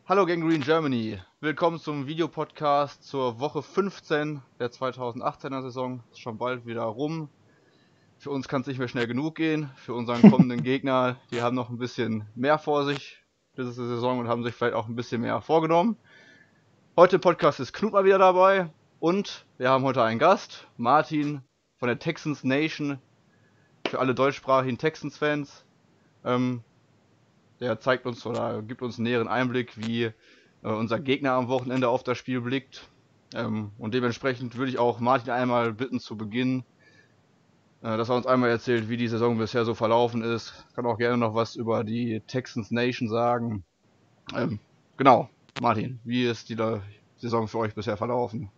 Hallo Gang Green Germany, willkommen zum Videopodcast zur Woche 15 der 2018er Saison. Ist schon bald wieder rum. Für uns kann es nicht mehr schnell genug gehen. Für unseren kommenden Gegner, die haben noch ein bisschen mehr vor sich diese Saison und haben sich vielleicht auch ein bisschen mehr vorgenommen. Heute im Podcast ist Knut mal wieder dabei und wir haben heute einen Gast, Martin von der Texans Nation, für alle deutschsprachigen Texans-Fans. Der zeigt uns oder gibt uns einen näheren Einblick, wie unser Gegner am Wochenende auf das Spiel blickt. Und dementsprechend würde ich auch Martin einmal bitten zu Beginn, dass er uns einmal erzählt, wie die Saison bisher so verlaufen ist. Kann auch gerne noch was über die Texans Nation sagen. Genau, Martin, wie ist die Saison für euch bisher verlaufen?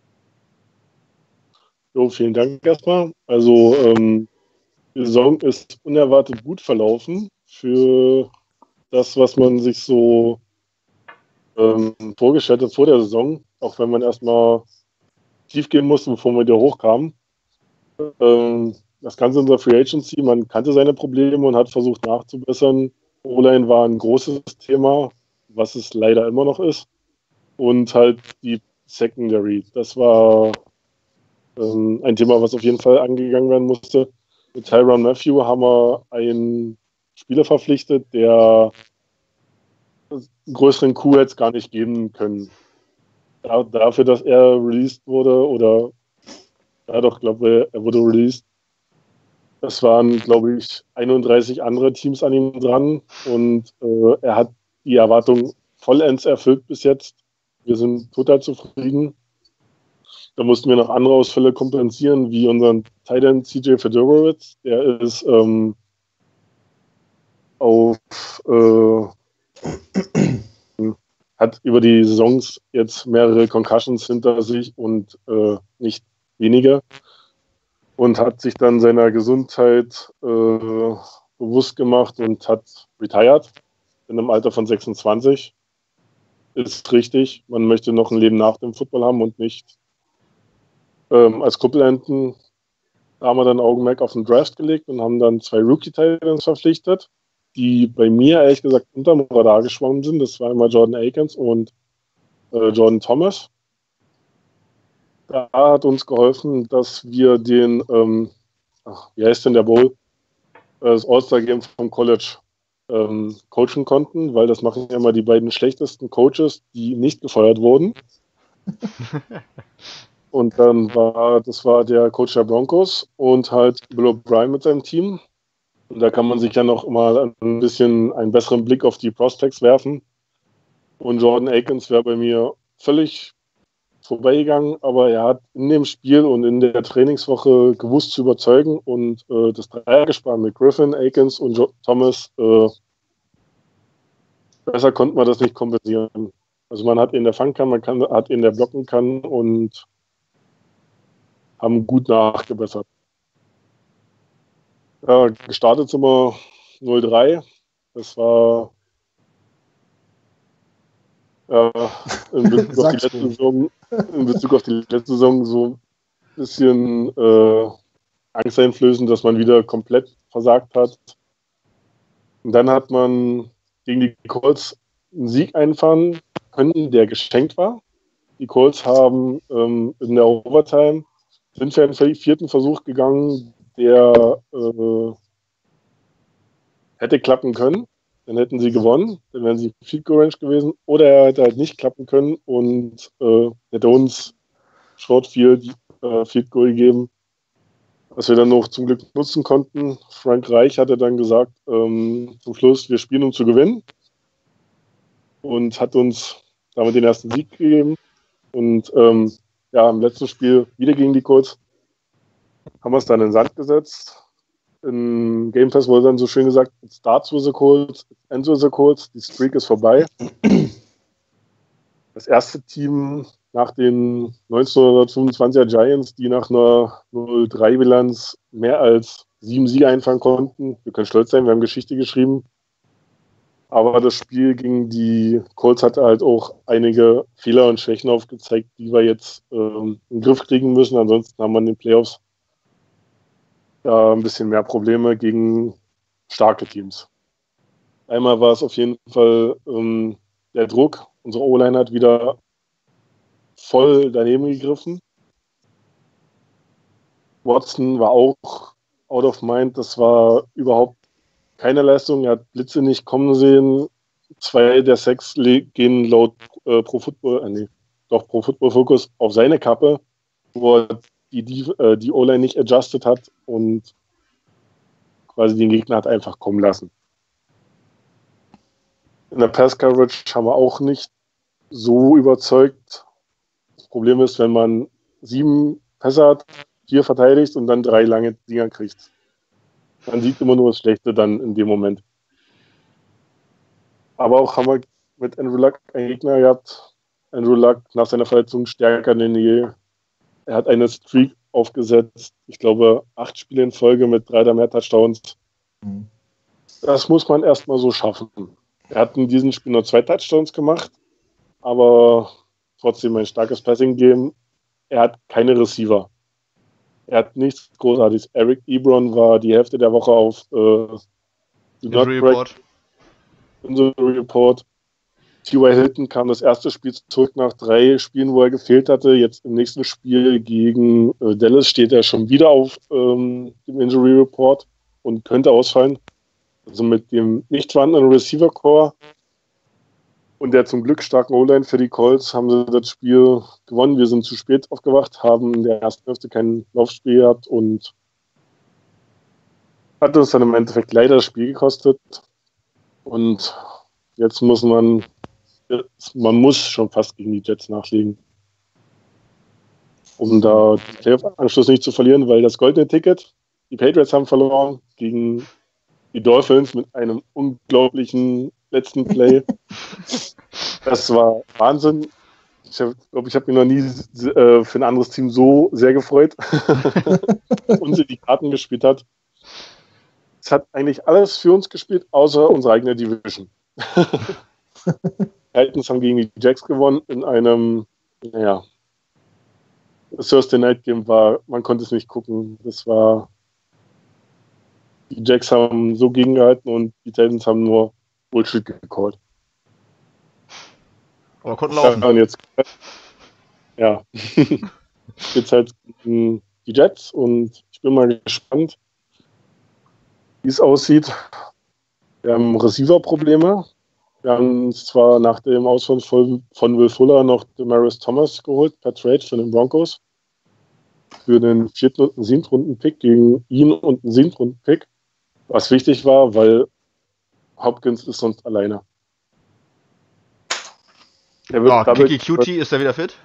Jo, vielen Dank erstmal. Also, die Saison ist unerwartet gut verlaufen für das, was man sich so vorgestellt hat vor der Saison, auch wenn man erstmal tief gehen musste, bevor man wieder hochkam. Das Ganze in der Free Agency, man kannte seine Probleme und hat versucht nachzubessern. O-Line war ein großes Thema, was es leider immer noch ist. Und halt die Secondary, das war ein Thema, was auf jeden Fall angegangen werden musste. Mit Tyrann Mathieu haben wir einen Spieler verpflichtet, der einen größeren Coup hätte es gar nicht geben können. Dafür, dass er released wurde, oder ja doch, glaube er wurde released. Es waren, glaube ich, 31 andere Teams an ihm dran und er hat die Erwartung vollends erfüllt bis jetzt. Wir sind total zufrieden. Da mussten wir noch andere Ausfälle kompensieren, wie unseren Tight End CJ Fedorowicz. Der ist hat über die Saisons jetzt mehrere Concussions hinter sich und nicht weniger. Und hat sich dann seiner Gesundheit bewusst gemacht und hat retired in einem Alter von 26. Ist richtig. Man möchte noch ein Leben nach dem Football haben und nicht als Kuppelenten. Da haben wir dann Augenmerk auf den Draft gelegt und haben dann 2 Rookie-Titans verpflichtet, die bei mir ehrlich gesagt unterm Radar geschwommen sind. Das war einmal Jordan Akins und Jordan Thomas. Da hat uns geholfen, dass wir den, wie heißt denn der Bowl? Das All-Star-Game vom College coachen konnten, weil das machen ja immer die beiden schlechtesten Coaches, die nicht gefeuert wurden. Und dann das war der Coach der Broncos und halt Bill O'Brien mit seinem Team. Und da kann man sich ja noch mal ein bisschen einen besseren Blick auf die Prospects werfen. Und Jordan Akins wäre bei mir völlig vorbeigegangen, aber er hat in dem Spiel und in der Trainingswoche gewusst zu überzeugen und das Dreiergespann mit Griffin, Akins und Thomas, besser konnte man das nicht kompensieren. Also man hat ihn, der fangen kann, hat ihn, der blocken kann und haben gut nachgebessert. Gestartet sind wir 0-3. Das war in Bezug auf die letzte Saison so ein bisschen angsteinflößend, dass man wieder komplett versagt hat. Und dann hat man gegen die Colts einen Sieg einfahren können, der geschenkt war. Die Colts haben in der Overtime sind für einen 4. Versuch gegangen, der hätte klappen können. Dann hätten sie gewonnen, dann wären sie Field Goal Range gewesen. Oder er hätte halt nicht klappen können und hätte uns Short Field Goal gegeben, was wir dann noch zum Glück nutzen konnten. Frank Reich hatte dann gesagt, zum Schluss, wir spielen, um zu gewinnen. Und hat uns damit den ersten Sieg gegeben. Und im letzten Spiel wieder gegen die Colts haben wir es dann in den Sand gesetzt. Im Game Pass wurde dann so schön gesagt, it starts with the Colts, it ends with the Colts, die Streak ist vorbei. Das erste Team nach den 1925er Giants, die nach einer 0-3-Bilanz mehr als 7 Siege einfahren konnten. Wir können stolz sein, wir haben Geschichte geschrieben. Aber das Spiel gegen die Colts hatte halt auch einige Fehler und Schwächen aufgezeigt, die wir jetzt in den Griff kriegen müssen. Ansonsten haben wir in den Playoffs ein bisschen mehr Probleme gegen starke Teams. Einmal war es auf jeden Fall der Druck, unsere O-Line hat wieder voll daneben gegriffen. Watson war auch out of mind. Das war überhaupt keine Leistung. Er hat Blitze nicht kommen sehen. 2 der 6 gehen laut Pro Football Focus auf seine Kappe, wo er die O-Line nicht adjusted hat und quasi den Gegner hat einfach kommen lassen. In der Pass-Coverage haben wir auch nicht so überzeugt. Das Problem ist, wenn man 7 Pässe hat, 4 verteidigt und dann 3 lange Dinger kriegt. Man sieht immer nur das Schlechte dann in dem Moment. Aber auch haben wir mit Andrew Luck einen Gegner gehabt. Andrew Luck nach seiner Verletzung stärker denn je. Er hat eine Streak aufgesetzt. Ich glaube, 8 Spiele in Folge mit 3 oder mehr Touchdowns. Das muss man erstmal so schaffen. Er hat in diesem Spiel nur 2 Touchdowns gemacht, aber trotzdem ein starkes Passing-Game. Er hat keine Receiver. Er hat nichts Großartiges. Eric Ebron war die Hälfte der Woche auf Injury Report. T.Y. Hilton kam das erste Spiel zurück nach 3 Spielen, wo er gefehlt hatte. Jetzt im nächsten Spiel gegen Dallas steht er schon wieder auf dem Injury Report und könnte ausfallen. Also mit dem nicht vorhandenen Receiver-Core und der zum Glück starken O-Line für die Colts haben sie das Spiel gewonnen. Wir sind zu spät aufgewacht, haben in der ersten Hälfte kein Laufspiel gehabt und hat uns dann im Endeffekt leider das Spiel gekostet. Und jetzt muss man muss schon fast gegen die Jets nachlegen, um da den Playoff-Anschluss nicht zu verlieren, weil das goldene Ticket, die Patriots haben verloren gegen die Dolphins mit einem unglaublichen letzten Play. Das war Wahnsinn. Ich glaube, ich habe mich noch nie für ein anderes Team so sehr gefreut und sie die Karten gespielt hat. Es hat eigentlich alles für uns gespielt, außer unsere eigene Division. Titans haben gegen die Jacks gewonnen in einem, Thursday Night Game man konnte es nicht gucken. Das war, die Jacks haben so gegengehalten und die Titans haben nur Bullshit gecallt. Aber konnten laufen. Ja, und jetzt halt gegen die Jets und ich bin mal gespannt, wie es aussieht. Wir haben Receiver-Probleme. Wir haben zwar nach dem Ausfall von Will Fuller noch Demaryius Thomas geholt, per Trade von den Broncos. Für den 4. und 7. Runden-Pick gegen ihn und einen 7. Runden-Pick. Was wichtig war, weil Hopkins ist sonst alleine. Kiki Cutie, ist er wieder fit?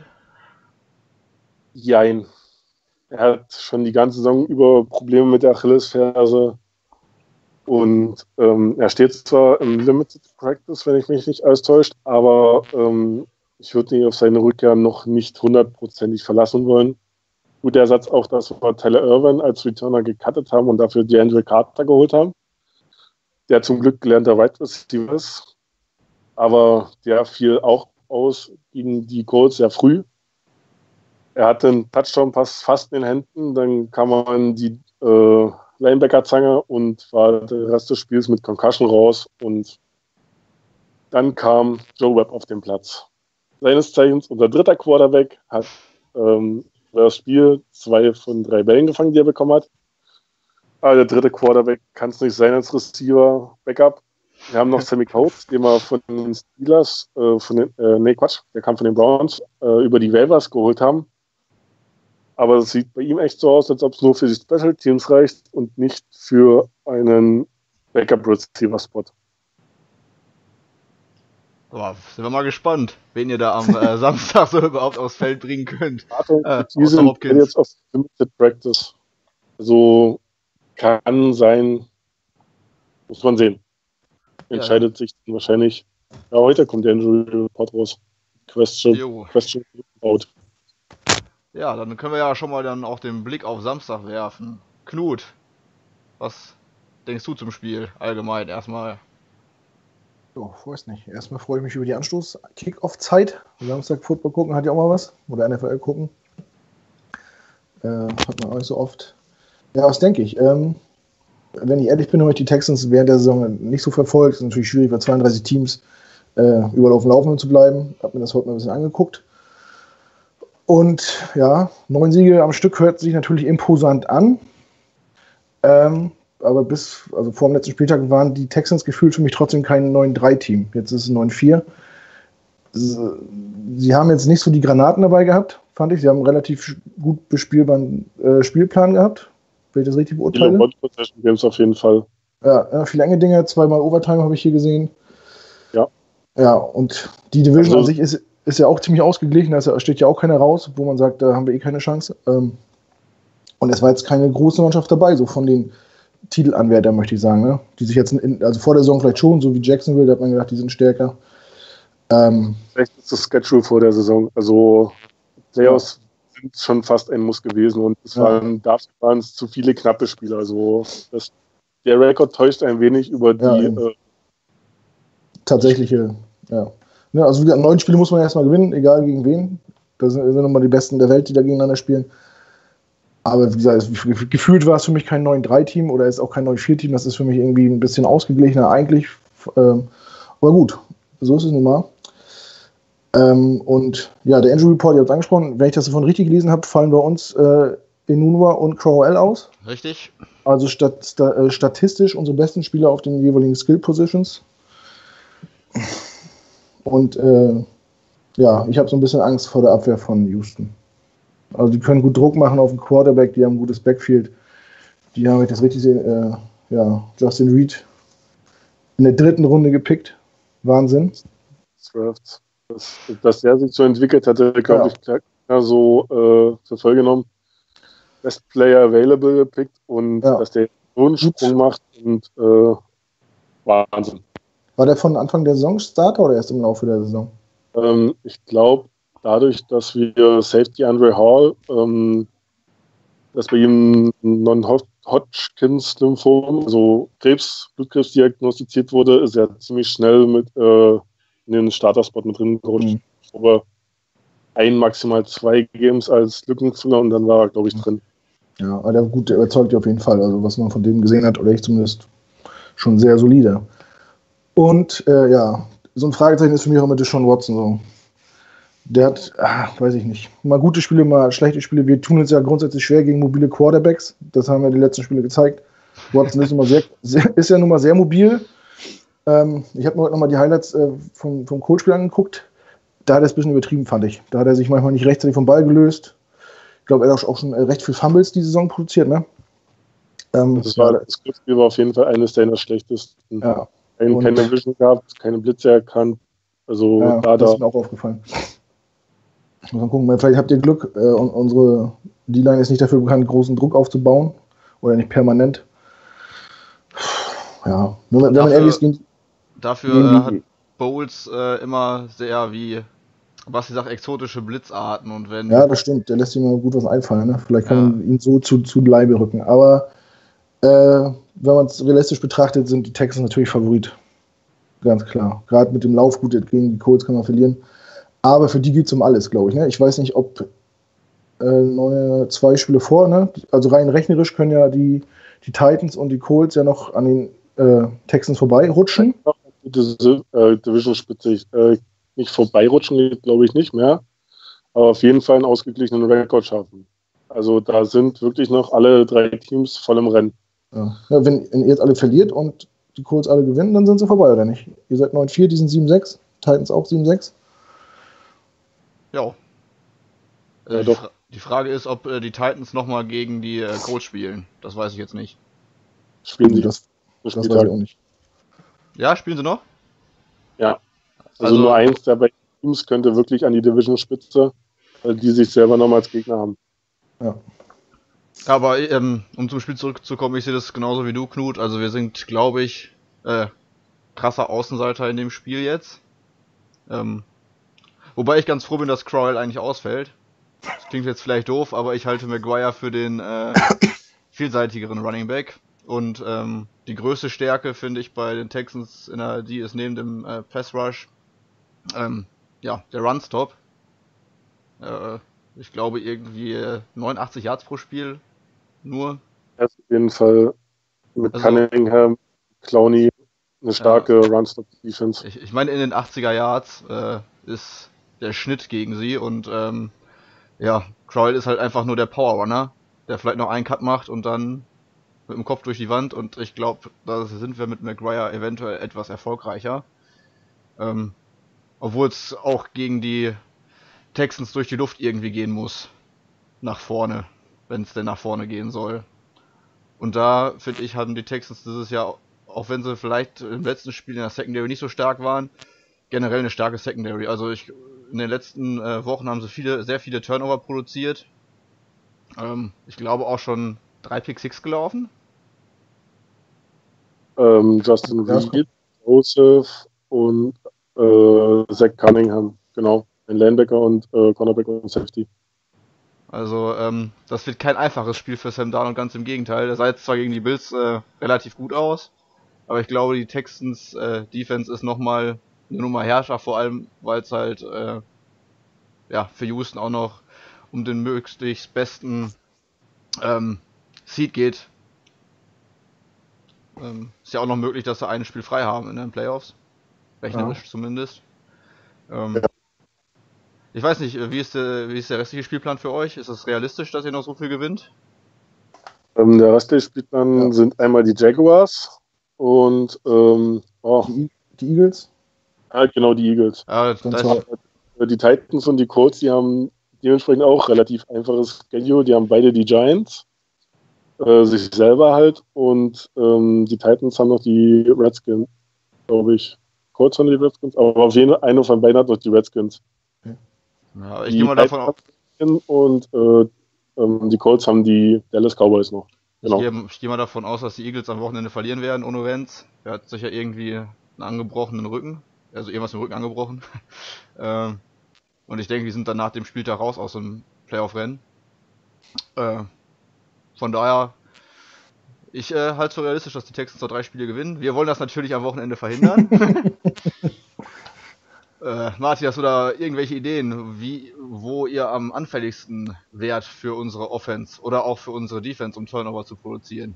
Jein. Er hat schon die ganze Saison über Probleme mit der Achillesferse. Und er steht zwar im Limited Practice, wenn ich mich nicht alles täuscht, aber ich würde ihn auf seine Rückkehr noch nicht 100%ig verlassen wollen. Guter Ersatz auch, dass wir Tyler Irvin als Returner gecuttet haben und dafür DeAndre Carter geholt haben, der zum Glück gelernter Wide Receiver ist. Aber der fiel auch aus gegen die Colts sehr früh. Er hatte einen Touchdown-Pass fast in den Händen, dann kam er in die Linebacker-Zange und war der Rest des Spiels mit Concussion raus und dann kam Joe Webb auf den Platz. Seines Zeichens unser 3. Quarterback hat das Spiel 2 von 3 Bällen gefangen, die er bekommen hat. Aber der 3. Quarterback kann es nicht sein als Receiver, Backup. Wir haben noch Sammy Coates, den wir von den Steelers, der kam von den Browns, über die Waivers geholt haben. Aber es sieht bei ihm echt so aus, als ob es nur für die Special Teams reicht und nicht für einen Backup-Receiver-Spot. Boah, sind wir mal gespannt, wen ihr da am Samstag so überhaupt aufs Feld bringen könnt. Die sind jetzt auf Limited Practice. Also kann sein, muss man sehen. Entscheidet sich wahrscheinlich. Ja, heute kommt der Injury Report raus. Question out. Ja, dann können wir ja schon mal dann auch den Blick auf Samstag werfen. Knut, was denkst du zum Spiel allgemein erstmal? Ja, weiß nicht. Erstmal freue ich mich über die Anstoß-Kick-Off-Zeit. Samstag Football gucken hat ja auch mal was. Oder NFL gucken. Hat man auch nicht so oft. Ja, was denke ich? Wenn ich ehrlich bin, habe ich die Texans während der Saison nicht so verfolgt. Das ist natürlich schwierig, weil 32 Teams überall auf dem Laufenden zu bleiben. Habe mir das heute mal ein bisschen angeguckt. Und ja, 9 Siege am Stück hört sich natürlich imposant an. Aber vor dem letzten Spieltag waren die Texans gefühlt für mich trotzdem kein 9-3-Team. Jetzt ist es 9-4. Sie haben jetzt nicht so die Granaten dabei gehabt, fand ich. Sie haben einen relativ gut bespielbaren Spielplan gehabt, wenn ich das richtig beurteile. Games auf jeden Fall. Ja, viele enge Dinge, 2-mal Overtime habe ich hier gesehen. Ja. Ja, und die Division an sich ist ja auch ziemlich ausgeglichen, da steht ja auch keiner raus, wo man sagt, da haben wir eh keine Chance. Und es war jetzt keine große Mannschaft dabei, so von den Titelanwärtern, möchte ich sagen, ne? Die sich jetzt, also vor der Saison vielleicht schon, so wie Jacksonville, da hat man gedacht, die sind stärker. Vielleicht ist das Schedule vor der Saison, also Playoffs sind schon fast ein Muss gewesen und dafür waren es zu viele knappe Spiele, also der Rekord täuscht ein wenig über die tatsächliche, ja. Also 9 Spiele muss man erstmal gewinnen, egal gegen wen. Das sind nochmal die Besten der Welt, die da gegeneinander spielen. Aber wie gesagt, gefühlt war es für mich kein 9-3-Team oder ist auch kein 9-4-Team. Das ist für mich irgendwie ein bisschen ausgeglichener eigentlich. Aber gut, so ist es nun mal. Und ja, der Injury Report, ihr habt es angesprochen. Wenn ich das davon richtig gelesen habe, fallen bei uns Enunwa und Crowell aus. Richtig. Also statistisch unsere besten Spieler auf den jeweiligen Skill Positions. Und ich habe so ein bisschen Angst vor der Abwehr von Houston. Also die können gut Druck machen auf den Quarterback, die haben ein gutes Backfield. Die haben, wenn ich das richtig sehe, Justin Reed in der 3. Runde gepickt. Wahnsinn. Dass der sich so entwickelt hatte, glaube ich, so zur Folge genommen. Best Player Available gepickt und dass der so einen Sprung macht und Wahnsinn. War der von Anfang der Saison Starter oder erst im Laufe der Saison? Ich glaube, dadurch, dass wir Safety Andre Hall, dass bei ihm Non-Hodgkins-Lymphom, also Blutkrebs diagnostiziert wurde, ist er ziemlich schnell in den Starterspot mit drin gerutscht. Aber maximal 2 Games als Lückenfüller und dann war er, glaube ich, drin. Ja, aber der überzeugt auf jeden Fall. Also was man von dem gesehen hat, oder ich zumindest, schon sehr solide. Und so ein Fragezeichen ist für mich auch mit Deshaun Watson so. Der hat, weiß ich nicht, mal gute Spiele, mal schlechte Spiele. Wir tun uns ja grundsätzlich schwer gegen mobile Quarterbacks. Das haben ja die letzten Spiele gezeigt. Watson ist ja nun mal sehr mobil. Ich habe mir heute nochmal die Highlights vom Colts-Spiel angeguckt. Da hat er es ein bisschen übertrieben, fand ich. Da hat er sich manchmal nicht rechtzeitig vom Ball gelöst. Ich glaube, er hat auch schon recht viel Fumbles die Saison produziert, ne? Das Spiel war auf jeden Fall eines seiner schlechtesten. Ja. Keine Vision gehabt, keine Blitze erkannt. Also das ist mir auch aufgefallen. Muss man gucken, vielleicht habt ihr Glück. Unsere D-Line ist nicht dafür bekannt, großen Druck aufzubauen. Oder nicht permanent. Ja, wenn man ehrlich ist, dafür hat Bowles immer sehr, was sie sagt, exotische Blitzarten. Und wenn ja, das stimmt. Der lässt sich mal gut was einfallen. Ne? Vielleicht kann man ihn so zu Leibe rücken. Aber wenn man es realistisch betrachtet, sind die Texans natürlich Favorit. Ganz klar. Gerade mit dem Lauf, gut, gegen die Colts kann man verlieren. Aber für die geht es um alles, glaube ich. Ne? Ich weiß nicht, ob 2 Spiele vor, ne? Also rein rechnerisch können ja die Titans und die Colts ja noch an den Texans vorbeirutschen. Division-Spitze nicht vorbeirutschen, geht glaube ich nicht mehr. Aber auf jeden Fall einen ausgeglichenen Rekord schaffen. Also da sind wirklich noch alle 3 Teams voll im Rennen. Ja. Ja, wenn ihr jetzt alle verliert und die Colts alle gewinnen, dann sind sie vorbei, oder nicht? Ihr seid 9-4, die sind 7-6, Titans auch 7-6. Ja. Doch. Die Frage ist, ob die Titans nochmal gegen die Colts spielen. Das weiß ich jetzt nicht. Spielen sie das weiß ich auch nicht. Ja, spielen sie noch? Ja. Also nur eins der beiden Teams könnte wirklich an die Division-Spitze, weil die sich selber nochmal als Gegner haben. Ja. Aber um zum Spiel zurückzukommen, ich sehe das genauso wie du, Knut. Also wir sind, glaube ich, krasser Außenseiter in dem Spiel jetzt. Wobei ich ganz froh bin, dass Crowell eigentlich ausfällt. Das klingt jetzt vielleicht doof, aber ich halte Maguire für den vielseitigeren Running Back. Und die größte Stärke, finde ich, bei den Texans die ist neben dem Pass Rush der Run-Stop. Ich glaube irgendwie 89 Yards pro Spiel nur. Auf jeden Fall mit Cunningham, Clowney eine starke Run-Stop-Defense. Ich meine, in den 80er Yards ist der Schnitt gegen sie und ja, Crowell ist halt einfach nur der Power-Runner, der vielleicht noch einen Cut macht und dann mit dem Kopf durch die Wand und ich glaube, da sind wir mit McGuire eventuell etwas erfolgreicher. Obwohl es auch gegen die Texans durch die Luft irgendwie gehen muss. Nach vorne, wenn es denn nach vorne gehen soll. Und da, finde ich, haben die Texans dieses Jahr, auch wenn sie vielleicht im letzten Spiel in der Secondary nicht so stark waren, generell eine starke Secondary. Also in den letzten Wochen haben sie sehr viele Turnover produziert. Ich glaube auch schon 3 Pick-Six gelaufen. Justin Reed, Joseph und Zach Cunningham, genau. Ein Linebacker und Cornerback und Safety. Also das wird kein einfaches Spiel für Sam Darnold, ganz im Gegenteil. Der sah jetzt zwar gegen die Bills relativ gut aus, aber ich glaube, die Texans Defense ist nochmal eine Nummer herrscher, vor allem weil es halt ja, für Houston auch noch um den möglichst besten Seed geht. Ist ja auch noch möglich, dass sie ein Spiel frei haben in den Playoffs. Rechnerisch zumindest. Ich weiß nicht, wie ist der restliche Spielplan für euch? Ist es realistisch, dass ihr noch so viel gewinnt? Der restliche Spielplan sind einmal die Jaguars und die Eagles? Ja, genau, die Eagles. Die Titans und die Colts, die haben dementsprechend auch relativ einfaches Schedule. Die haben beide die Giants, sich selber halt, und die Titans haben noch die Redskins, glaube ich. Colts haben die Redskins, aber auf jeden Fall einer von beiden hat noch die Redskins. Ja, ich gehe mal davon aus. Und die Colts haben die Dallas Cowboys noch. Genau. Ich gehe mal davon aus, dass die Eagles am Wochenende verlieren werden ohne Wentz. Er hat sich ja irgendwie einen angebrochenen Rücken, also irgendwas im Rücken angebrochen. Und ich denke, die sind dann nach dem Spieltag raus aus dem Playoff-Rennen. Von daher, ich halte es für realistisch, dass die Texans noch 3 Spiele gewinnen. Wir wollen das natürlich am Wochenende verhindern. Martin, hast du da irgendwelche Ideen, wo ihr am anfälligsten wärt für unsere Offense oder auch für unsere Defense, um Turnover zu produzieren?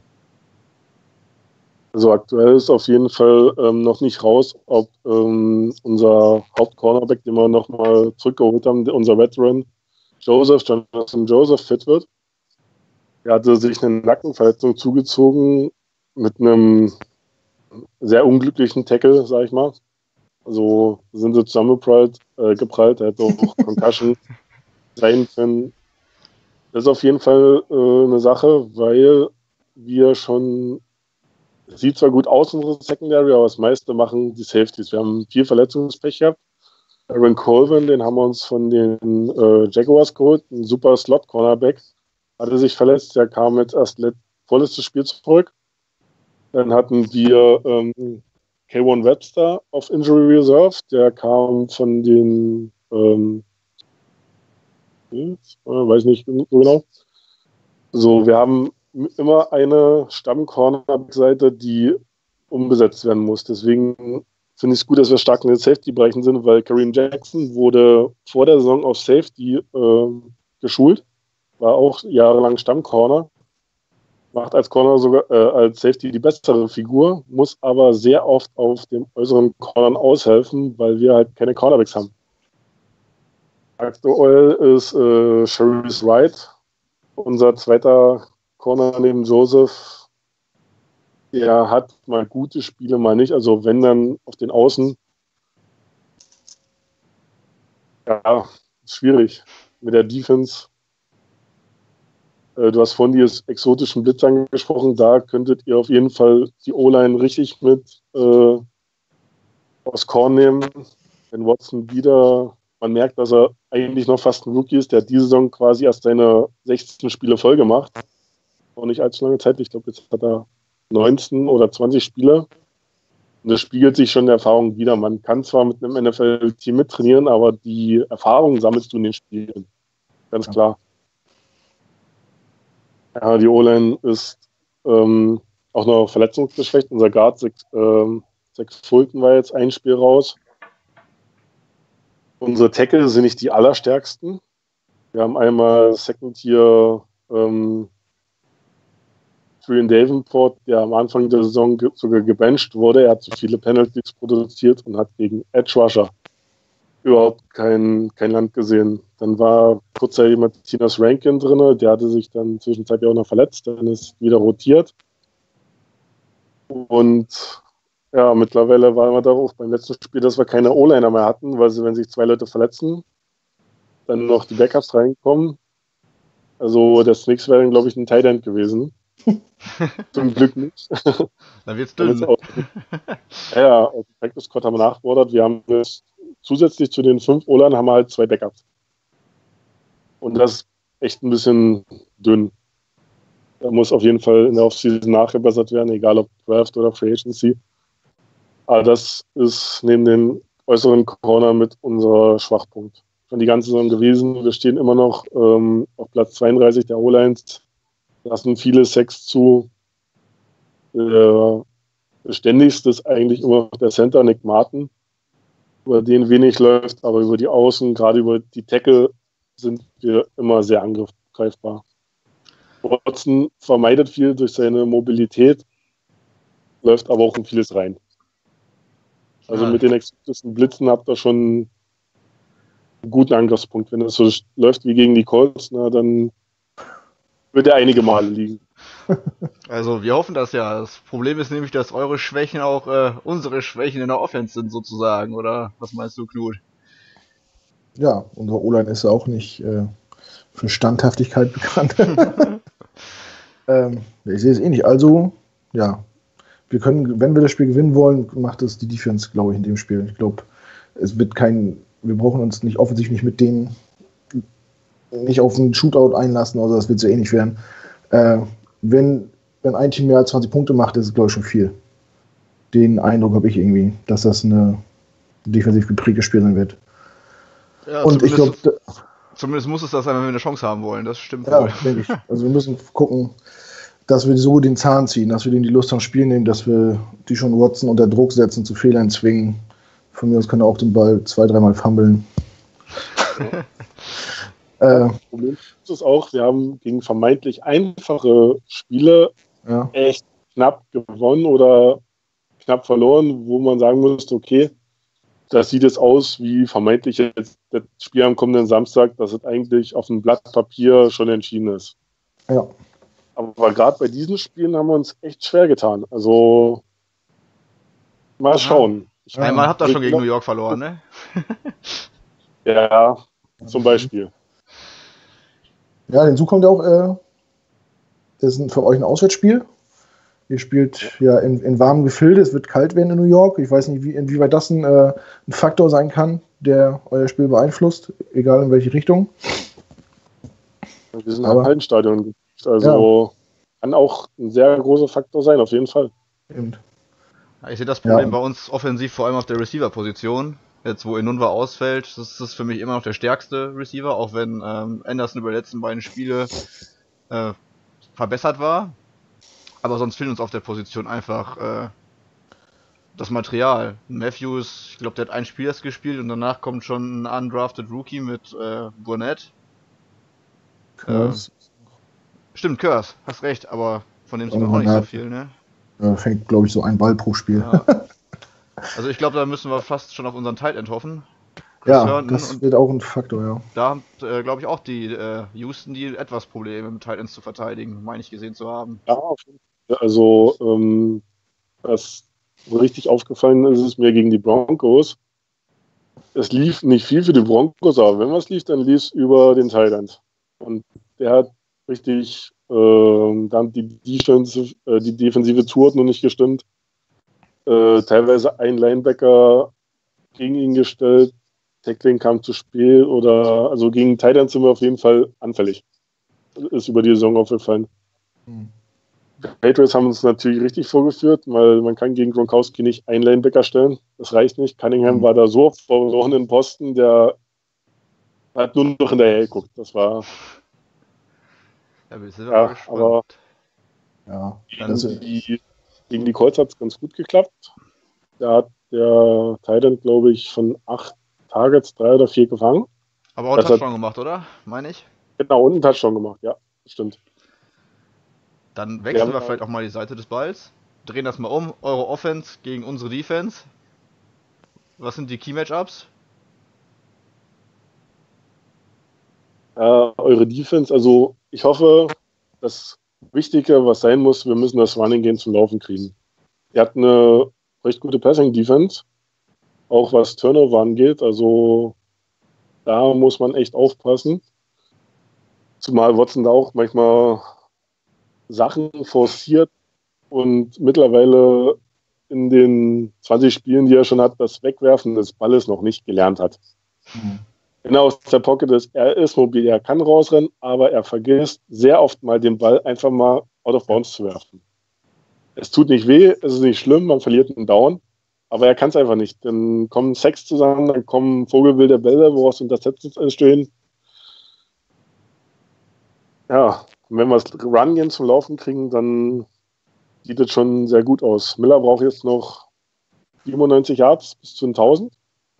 Also aktuell ist auf jeden Fall noch nicht raus, ob unser Hauptcornerback, den wir nochmal zurückgeholt haben, unser Veteran Jonathan Joseph, fit wird. Er hatte sich eine Nackenverletzung zugezogen mit einem sehr unglücklichen Tackle, sag ich mal. Also sind sie zusammengeprallt, er hat auch Concussion sein können. Das ist auf jeden Fall eine Sache, weil wir schon, es sieht zwar gut aus, unsere Secondary, aber das meiste machen die Safeties. Wir haben viel Verletzungspech gehabt. Aaron Colvin, den haben wir uns von den Jaguars geholt, ein super Slot-Cornerback, hatte sich verletzt, der kam jetzt erst vorletztes Spiel zurück. Dann hatten wir K1 Webster auf Injury Reserve, der kam von den weiß nicht so genau. So, wir haben immer eine Stamm-Cornerback-Seite, die umbesetzt werden muss. Deswegen finde ich es gut, dass wir stark in den Safety-Bereichen sind, weil Kareem Jackson wurde vor der Saison auf Safety geschult, war auch jahrelang Stammcorner, macht als Corner sogar als Safety die bessere Figur, muss aber sehr oft auf dem äußeren Cornern aushelfen, weil wir halt keine Cornerbacks haben. Aktuell ist Sharice Wright, unser zweiter Corner neben Joseph. Der hat mal gute Spiele, mal nicht. Also wenn dann auf den Außen. Ja, ist schwierig mit der Defense. Du hast vorhin die exotischen Blitz angesprochen. Da könntet ihr auf jeden Fall die O-Line richtig mit aufs Korn nehmen. Wenn Watson wieder, man merkt, dass er eigentlich noch fast ein Rookie ist. Der hat diese Saison quasi erst seine 16 Spiele voll gemacht. Noch nicht allzu lange Zeit. Ich glaube, jetzt hat er 19 oder 20 Spiele. Und das spiegelt sich schon in der Erfahrung wieder. Man kann zwar mit einem NFL-Team mittrainieren, aber die Erfahrung sammelst du in den Spielen. Ganz klar. Ja, die O-Line ist auch noch verletzungsgeschwächt. Unser Guard, Zach Fulton, war jetzt ein Spiel raus. Unsere Tackle sind nicht die allerstärksten. Wir haben einmal Second-Tier Julian Davenport, der am Anfang der Saison sogar gebencht wurde. Er hat zu viele Penalties produziert und hat gegen Edge Rusher überhaupt kein Land gesehen. Dann war kurzzeitig Martinez Rankin drin, der hatte sich dann zwischenzeitlich auch noch verletzt, dann ist wieder rotiert. Und ja, mittlerweile waren wir darauf beim letzten Spiel, dass wir keine O-Liner mehr hatten, weil wenn sich 2 Leute verletzen, dann noch die Backups reinkommen. Also das nächste wäre dann, glaube ich, ein Tight End gewesen. Zum Glück nicht. Dann wird's dünn. Ja, auf dem Practice Squad haben wir nachgefordert. Wir haben das zusätzlich zu den 5 O-Linern haben wir halt 2 Backups. Und das ist echt ein bisschen dünn. Da muss auf jeden Fall in der Offseason nachgebessert werden, egal ob Draft oder Free Agency. Aber das ist neben den äußeren Corner mit unser Schwachpunkt. Schon die ganze Saison gewesen. Wir stehen immer noch auf Platz 32 der O-Lines. Lassen viele Sacks zu. Der beständigste ist eigentlich immer noch der Center, Nick Martin, über den wenig läuft, aber über die Außen, gerade über die Tackle, sind wir immer sehr angreifbar. Watson vermeidet viel durch seine Mobilität, läuft aber auch in vieles rein. Also mit den exotischen Blitzen habt ihr schon einen guten Angriffspunkt. Wenn es so läuft wie gegen die Colts, dann wird er einige Male liegen. Also wir hoffen das ja. Das Problem ist nämlich, dass eure Schwächen auch unsere Schwächen in der Offense sind sozusagen, oder? Was meinst du, Knut? Ja, unsere O-Line ist ja auch nicht für Standhaftigkeit bekannt. Ich sehe es eh nicht. Also, ja, wir können, wenn wir das Spiel gewinnen wollen, macht es die Defense, glaube ich, in dem Spiel. Ich glaube, es wird wir brauchen uns nicht offensichtlich mit denen nicht auf einen Shootout einlassen, also das wird es ja eh nicht werden. Wenn ein Team mehr als 20 Punkte macht, ist es, glaube ich, schon viel. Den Eindruck habe ich irgendwie, dass das eine defensiv geprägte Spiel sein wird. Ja, und ich glaube, zumindest muss es das sein, wenn wir eine Chance haben wollen. Das stimmt ja, wohl. denke ich. Also wir müssen gucken, dass wir so den Zahn ziehen, dass wir denen die Lust am Spiel nehmen, dass wir die schon Watson unter Druck setzen, zu Fehlern zwingen. Von mir aus kann er auch den Ball 2-3 Mal fummeln. Das Problem ist es auch, wir haben gegen vermeintlich einfache Spiele echt knapp gewonnen oder knapp verloren, wo man sagen müsste, okay, das sieht jetzt aus wie vermeintlich jetzt das Spiel am kommenden Samstag, dass es eigentlich auf dem Blatt Papier schon entschieden ist. Ja. Aber gerade bei diesen Spielen haben wir uns echt schwer getan. Also mal schauen. Einmal habt ihr schon gegen New York verloren, ne? Ja, zum Beispiel. Ja, hinzu kommt ja auch, das ist für euch ein Auswärtsspiel. Ihr spielt ja in warmem Gefilde, es wird kalt werden in New York. Ich weiß nicht, inwieweit das ein Faktor sein kann, der euer Spiel beeinflusst, egal in welche Richtung. Wir sind am Hallenstadion, also kann auch ein sehr großer Faktor sein, auf jeden Fall. Stimmt. Ich sehe das Problem bei uns offensiv vor allem auf der Receiver-Position. Jetzt, wo Enunwa ausfällt, das ist für mich immer noch der stärkste Receiver, auch wenn Anderson über die letzten beiden Spiele verbessert war. Aber sonst fehlt uns auf der Position einfach das Material. Matthews, ich glaube, der hat ein Spiel erst gespielt und danach kommt schon ein undrafted Rookie mit Burnett. Stimmt, Curse, hast recht, aber von dem sieht man auch nicht so viel, ne? Fängt, glaube ich, so ein Ball pro Spiel. Ja. Also ich glaube, da müssen wir fast schon auf unseren Tight End hoffen. Das wird auch ein Faktor, ja. Da haben, glaube ich, auch die Houston die etwas Probleme mit Tight Ends zu verteidigen, meine ich gesehen zu haben. Ja, also was richtig aufgefallen ist mir gegen die Broncos. Es lief nicht viel für die Broncos, aber wenn was lief, dann lief es über den Tight End. Und der hat richtig dann die defensive Zuordnung nicht gestimmt. Teilweise ein Linebacker gegen ihn gestellt, Tackling kam zu spät also gegen Tight Ends sind wir auf jeden Fall anfällig. Ist über die Saison aufgefallen. Patriots haben uns natürlich richtig vorgeführt, weil man kann gegen Gronkowski nicht einen Linebacker stellen. Das reicht nicht. Cunningham war da so verloren im Posten, der hat nur noch hinterher geguckt. Das war... Ja, wir sind aber gespannt. Aber gegen die Colts hat es ganz gut geklappt. Da hat der Tight End, glaube ich, von 8 Targets 3 oder 4 gefangen. Aber auch einen Touchdown gemacht, oder? Meine ich? Genau, und einen Touchdown gemacht, ja, stimmt. Dann wechseln Ja, wir vielleicht auch mal die Seite des Balls. Drehen das mal um. Eure Offense gegen unsere Defense. Was sind die Key-Matchups? eure Defense, also ich hoffe, das Wichtige, was sein muss, wir müssen das Running Game zum Laufen kriegen. Ihr habt eine recht gute Passing-Defense, auch was Turnover angeht, also da muss man echt aufpassen. Zumal Watson da auch manchmal Sachen forciert und mittlerweile in den 20 Spielen, die er schon hat, das Wegwerfen des Balles noch nicht gelernt hat. Wenn er aus der Pocket ist, er ist mobil, er kann rausrennen, aber er vergisst sehr oft mal den Ball einfach mal out of bounds zu werfen. Es tut nicht weh, es ist nicht schlimm, man verliert einen Down, aber er kann es einfach nicht. Dann kommen Sacks zusammen, dann kommen vogelwilde Bälle, woraus Interceptions entstehen. Ja, und wenn wir das Run-Game zum Laufen kriegen, dann sieht es schon sehr gut aus. Miller braucht jetzt noch 97 Yards bis zu 1000.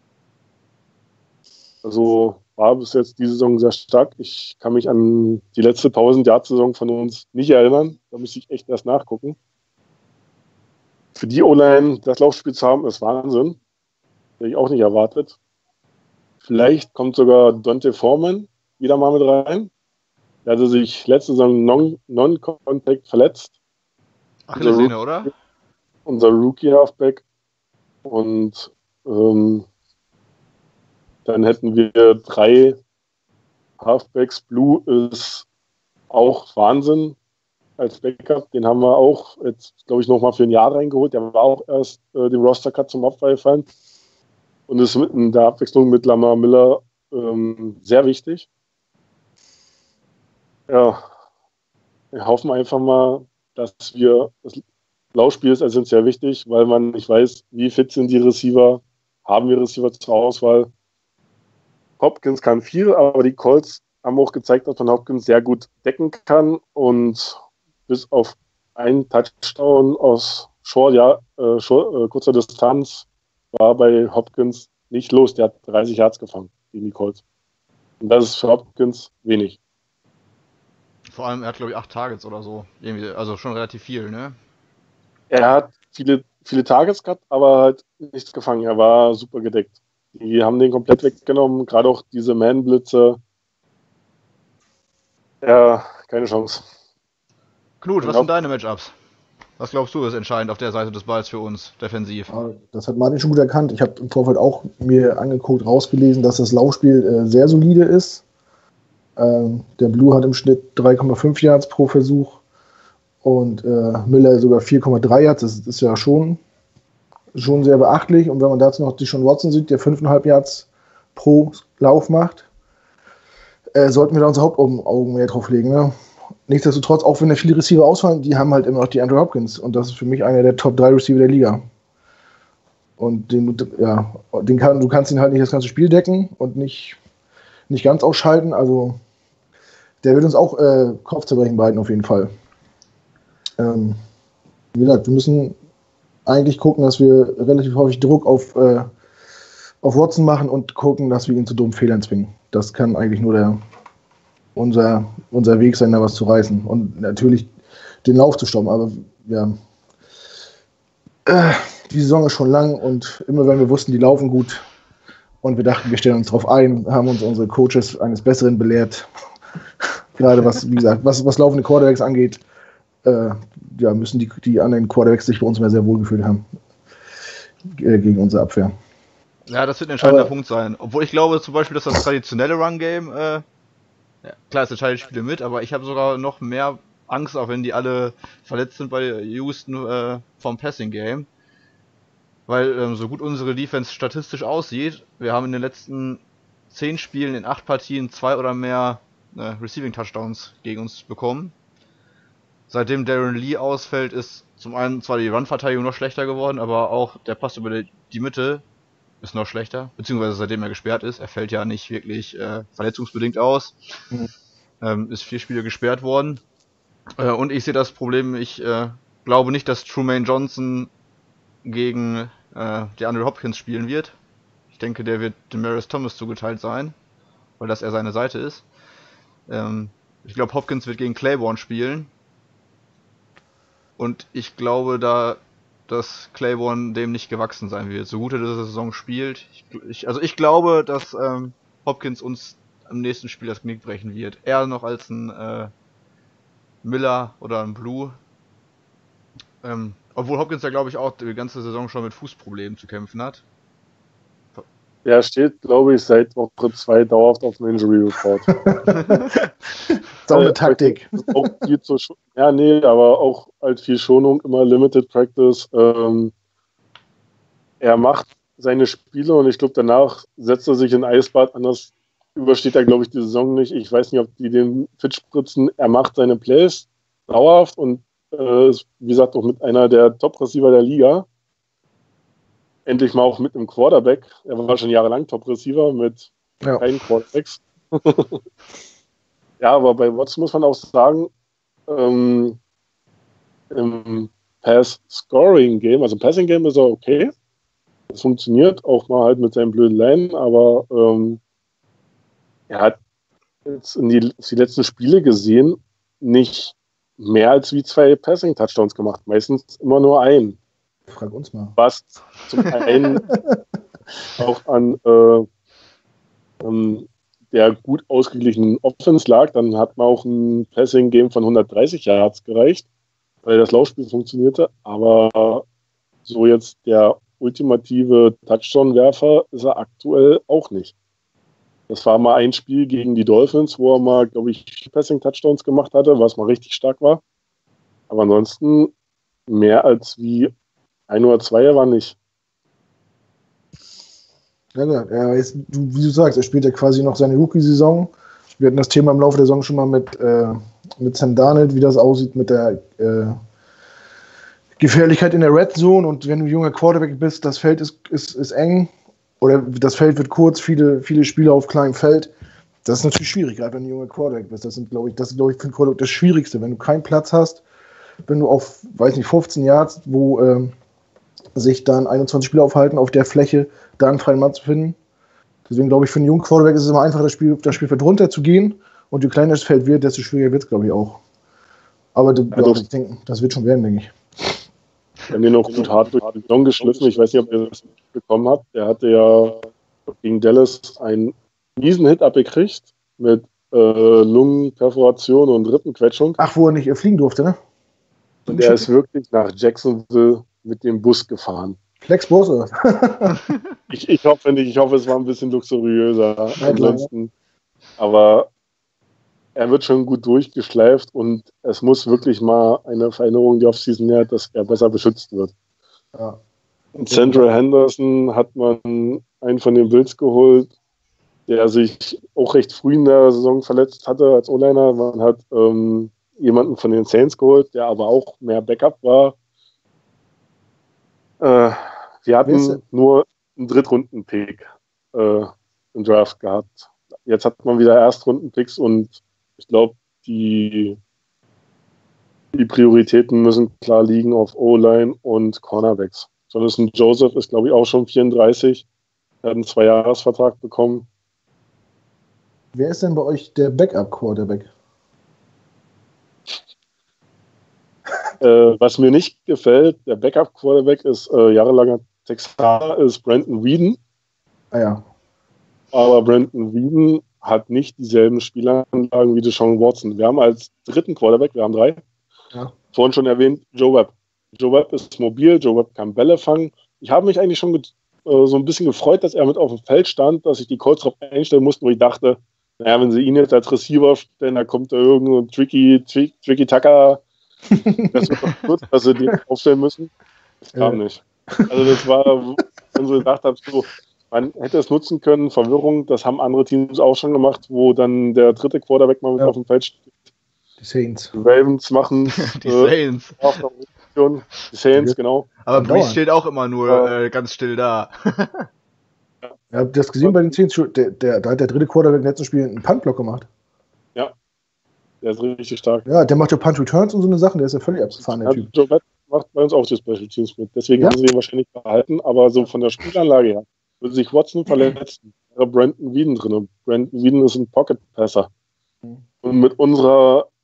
Also war bis jetzt die Saison sehr stark. Ich kann mich an die letzte 1000-Yard-Saison von uns nicht erinnern. Da müsste ich echt erst nachgucken. Für die O-Line das Laufspiel zu haben, ist Wahnsinn. Hätte ich auch nicht erwartet. Vielleicht kommt sogar Dante Foreman wieder mal mit rein. Der hatte sich letzte Saison Non-Contact verletzt. Achillessehne, oder? Unser Rookie-Halfback. Und dann hätten wir 3 Halfbacks. Blue ist auch Wahnsinn als Backup. Den haben wir auch jetzt, glaube ich, nochmal für ein Jahr reingeholt. Der war auch erst dem Roster-Cut zum Opfer gefallen. Und ist in der Abwechslung mit Lamar Miller sehr wichtig. Ja, wir hoffen einfach mal, dass das Laufspiel ist essentiell wichtig, weil man nicht weiß, wie fit sind die Receiver, haben wir Receiver zur Auswahl. Hopkins kann viel, aber die Colts haben auch gezeigt, dass man Hopkins sehr gut decken kann und bis auf einen Touchdown aus kurzer Distanz war bei Hopkins nicht los. Der hat 30 Yards gefangen gegen die Colts. Und das ist für Hopkins wenig. Vor allem, er hat, glaube ich, 8 Targets oder so. Irgendwie, also schon relativ viel, ne? Er hat viele Targets gehabt, aber halt nichts gefangen. Er war super gedeckt. Die haben den komplett weggenommen. Gerade auch diese Man-Blitze. Ja, keine Chance. Knut, was sind deine Matchups? Was glaubst du ist entscheidend auf der Seite des Balls für uns, defensiv? Das hat Martin schon gut erkannt. Ich habe im Vorfeld auch mir angeguckt, rausgelesen, dass das Laufspiel sehr solide ist. Der Blue hat im Schnitt 3,5 Yards pro Versuch und Miller sogar 4,3 Yards. Das ist ja schon sehr beachtlich. Und wenn man dazu noch die Sean Watson sieht, der 5,5 Yards pro Lauf macht, sollten wir da unser Hauptaugenmerk drauf legen. Ne? Nichtsdestotrotz, auch wenn da viele Receiver ausfallen, die haben halt immer noch die Andrew Hopkins. Und das ist für mich einer der Top 3 Receiver der Liga. Und du kannst ihn halt nicht das ganze Spiel decken und nicht ganz ausschalten. Also der wird uns auch Kopfzerbrechen bereiten auf jeden Fall. Wie gesagt, wir müssen eigentlich gucken, dass wir relativ häufig Druck auf Watson machen und gucken, dass wir ihn zu dummen Fehlern zwingen. Das kann eigentlich nur unser Weg sein, da was zu reißen. Und natürlich den Lauf zu stoppen. Aber ja, die Saison ist schon lang und immer wenn wir wussten, die laufen gut und wir dachten, wir stellen uns drauf ein, haben uns unsere Coaches eines Besseren belehrt. Gerade was laufende Quarterbacks angeht, müssen die anderen Quarterbacks sich bei uns mehr sehr wohlgefühlt haben gegen unsere Abwehr. Ja, das wird ein entscheidender Punkt sein. Obwohl ich glaube zum Beispiel, dass das traditionelle Run-Game, klar, es entscheidet Spiele mit, aber ich habe sogar noch mehr Angst, auch wenn die alle verletzt sind bei Houston vom Passing-Game. Weil so gut unsere Defense statistisch aussieht, wir haben in den letzten 10 Spielen in 8 Partien 2 oder mehr Receiving-Touchdowns gegen uns bekommen. Seitdem Darren Lee ausfällt, ist zum einen zwar die Run-Verteidigung noch schlechter geworden, aber auch der Pass über die Mitte ist noch schlechter, beziehungsweise seitdem er gesperrt ist. Er fällt ja nicht wirklich verletzungsbedingt aus. Ist 4 Spiele gesperrt worden. Und ich sehe das Problem, ich glaube nicht, dass Trumaine Johnson gegen DeAndre Hopkins spielen wird. Ich denke, der wird Demaryius Thomas zugeteilt sein, weil das eher seine Seite ist. Ich glaube, Hopkins wird gegen Claiborne spielen. Und ich glaube, dass Claiborne dem nicht gewachsen sein wird, so gut er diese Saison spielt. Ich glaube, dass Hopkins uns am nächsten Spiel das Knick brechen wird. Eher noch als ein Miller oder ein Blue. Obwohl Hopkins ja, glaube ich, auch die ganze Saison schon mit Fußproblemen zu kämpfen hat. Der steht, glaube ich, seit Woche 2 dauerhaft auf dem Injury Report. So eine Taktik. Auch viel aber auch halt viel Schonung, immer Limited Practice. Er macht seine Spiele und ich glaube, danach setzt er sich in ein Eisbad. Anders übersteht er, glaube ich, die Saison nicht. Ich weiß nicht, ob die den fit spritzen. Er macht seine Plays dauerhaft und ist, wie gesagt, auch mit einer der Top-Receiver der Liga. Endlich mal auch mit einem Quarterback. Er war schon jahrelang Top-Receiver mit keinen Quarterbacks. Ja, aber bei Watson muss man auch sagen, im Pass-Scoring-Game, also Passing-Game ist er okay. Das funktioniert auch mal halt mit seinen blöden Line, aber er hat jetzt in die letzten Spiele gesehen nicht mehr als wie 2 Passing-Touchdowns gemacht. Meistens immer nur einen. Frag uns mal. Was zum einen auch an der gut ausgeglichenen Offense lag. Dann hat man auch ein Passing-Game von 130 Yards gereicht, weil das Laufspiel funktionierte. Aber so jetzt der ultimative Touchdown-Werfer ist er aktuell auch nicht. Das war mal ein Spiel gegen die Dolphins, wo er mal, glaube ich, 4 Passing-Touchdowns gemacht hatte, was mal richtig stark war. Aber ansonsten mehr als wie 1 oder 2 war nicht. Ja, wie du sagst, er spielt ja quasi noch seine Rookie-Saison. Wir hatten das Thema im Laufe der Saison schon mal mit Sam Darnold, wie das aussieht mit der Gefährlichkeit in der Red Zone. Und wenn du junger Quarterback bist, das Feld ist eng oder das Feld wird kurz, viele Spieler auf kleinem Feld. Das ist natürlich schwierig, gerade wenn du junger Quarterback bist. Das ist, glaube ich, für einen Quarterback das Schwierigste. Wenn du keinen Platz hast, wenn du auf, 15 Yards, wo sich dann 21 Spieler aufhalten, auf der Fläche da einen freien Mann zu finden. Deswegen glaube ich, für einen jungen Quarterback ist es immer einfacher, das Spielfeld runter zu gehen. Und je kleiner das Feld wird, desto schwieriger wird es, glaube ich, auch. Aber ich denke, das wird schon werden, denke ich. Wir haben den auch gut hart durch die Saison geschliffen. Ich weiß nicht, ob ihr das bekommen habt. Der hatte ja gegen Dallas einen miesen Hit abgekriegt mit Lungenperforation und Rippenquetschung. Ach, wo er nicht fliegen durfte, ne? Und der ist wirklich nach Jacksonville mit dem Bus gefahren. Flexbus oder? Ich hoffe nicht. Ich hoffe, es war ein bisschen luxuriöser. Ansonsten. Aber er wird schon gut durchgeschleift und es muss wirklich mal eine Veränderung die Offseason her, dass er besser beschützt wird. Ja. In Central Henderson hat man einen von den Bills geholt, der sich auch recht früh in der Saison verletzt hatte als O-Liner. Man hat jemanden von den Saints geholt, der aber auch mehr Backup war. Wir hatten nur einen Drittrunden-Pick im Draft gehabt. Jetzt hat man wieder Erstrunden-Picks und ich glaube, die Prioritäten müssen klar liegen auf O-Line und Cornerbacks. Jonathan Joseph ist, glaube ich, auch schon 34. Er hat einen 2-Jahres-Vertrag bekommen. Wer ist denn bei euch der Backup-Quarterback? Was mir nicht gefällt, der Backup-Quarterback ist jahrelanger Texaner, ist Brandon Weeden. Ah ja. Aber Brandon Weeden hat nicht dieselben Spielanlagen wie Deshaun Watson. Wir haben als dritten Quarterback, wir haben 3, vorhin schon erwähnt, Joe Webb. Joe Webb ist mobil, Joe Webb kann Bälle fangen. Ich habe mich eigentlich schon so ein bisschen gefreut, dass er mit auf dem Feld stand, dass ich die Colts drauf einstellen musste, wo ich dachte, naja, wenn sie ihn jetzt als Receiver stellen, da kommt da irgendein Tricky Tucker. Das wird doch gut, dass sie den aufstellen müssen. Das kam nicht. Also das war, wenn so gedacht habe, so, man hätte es nutzen können, Verwirrung, das haben andere Teams auch schon gemacht, wo dann der dritte Quarterback mal mit auf dem Feld steht. Die Saints. Die Ravens machen die Saints. Die Saints, genau. Aber Breeze steht auch immer nur ganz still da. Ja, habt ihr das gesehen bei den Saints? Da hat der dritte Quarterback im letzten Spiel einen Punt-Block gemacht. Ja, der ist richtig stark. Ja, der macht ja Punt-Returns und so eine Sachen, der ist ja völlig abgefahren, der Typ. Joe Webb macht bei uns auch die Special Teams mit. Deswegen haben sie ihn wahrscheinlich behalten, aber so von der Spielanlage her würde sich Watson verletzen. Wäre Brandon Weeden drin. Und Brandon Weeden ist ein Pocket-Passer. Und mit unserer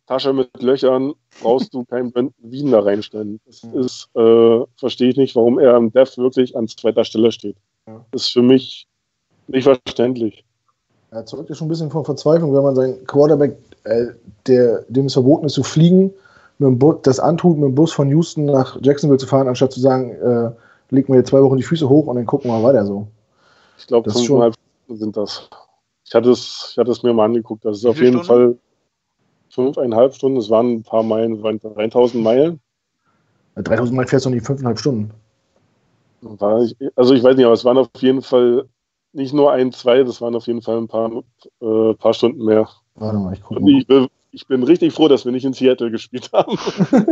Tasche mit Löchern brauchst du keinen Brandon Wien da reinstellen. Das ist, verstehe ich nicht, warum er im Dev wirklich an zweiter Stelle steht. Ja. Das ist für mich nicht verständlich. Er zeugt ja schon ein bisschen von Verzweiflung, wenn man seinen Quarterback, dem es verboten ist zu fliegen, das antut, mit dem Bus von Houston nach Jacksonville zu fahren, anstatt zu sagen, leg mir jetzt 2 Wochen die Füße hoch und dann gucken wir mal weiter so. Ich glaube, 5,5 Stunden sind das. Ich hatte es mir mal angeguckt. Das ist auf jeden Fall 5,5 Stunden. Es waren ein paar Meilen, waren 3000 Meilen. 3000 Meilen fährst du nicht 5,5 Stunden. Also ich weiß nicht, aber es waren auf jeden Fall nicht nur 1, 2, das waren auf jeden Fall ein paar Stunden mehr. Warte mal, ich gucke mal. Ich bin richtig froh, dass wir nicht in Seattle gespielt haben.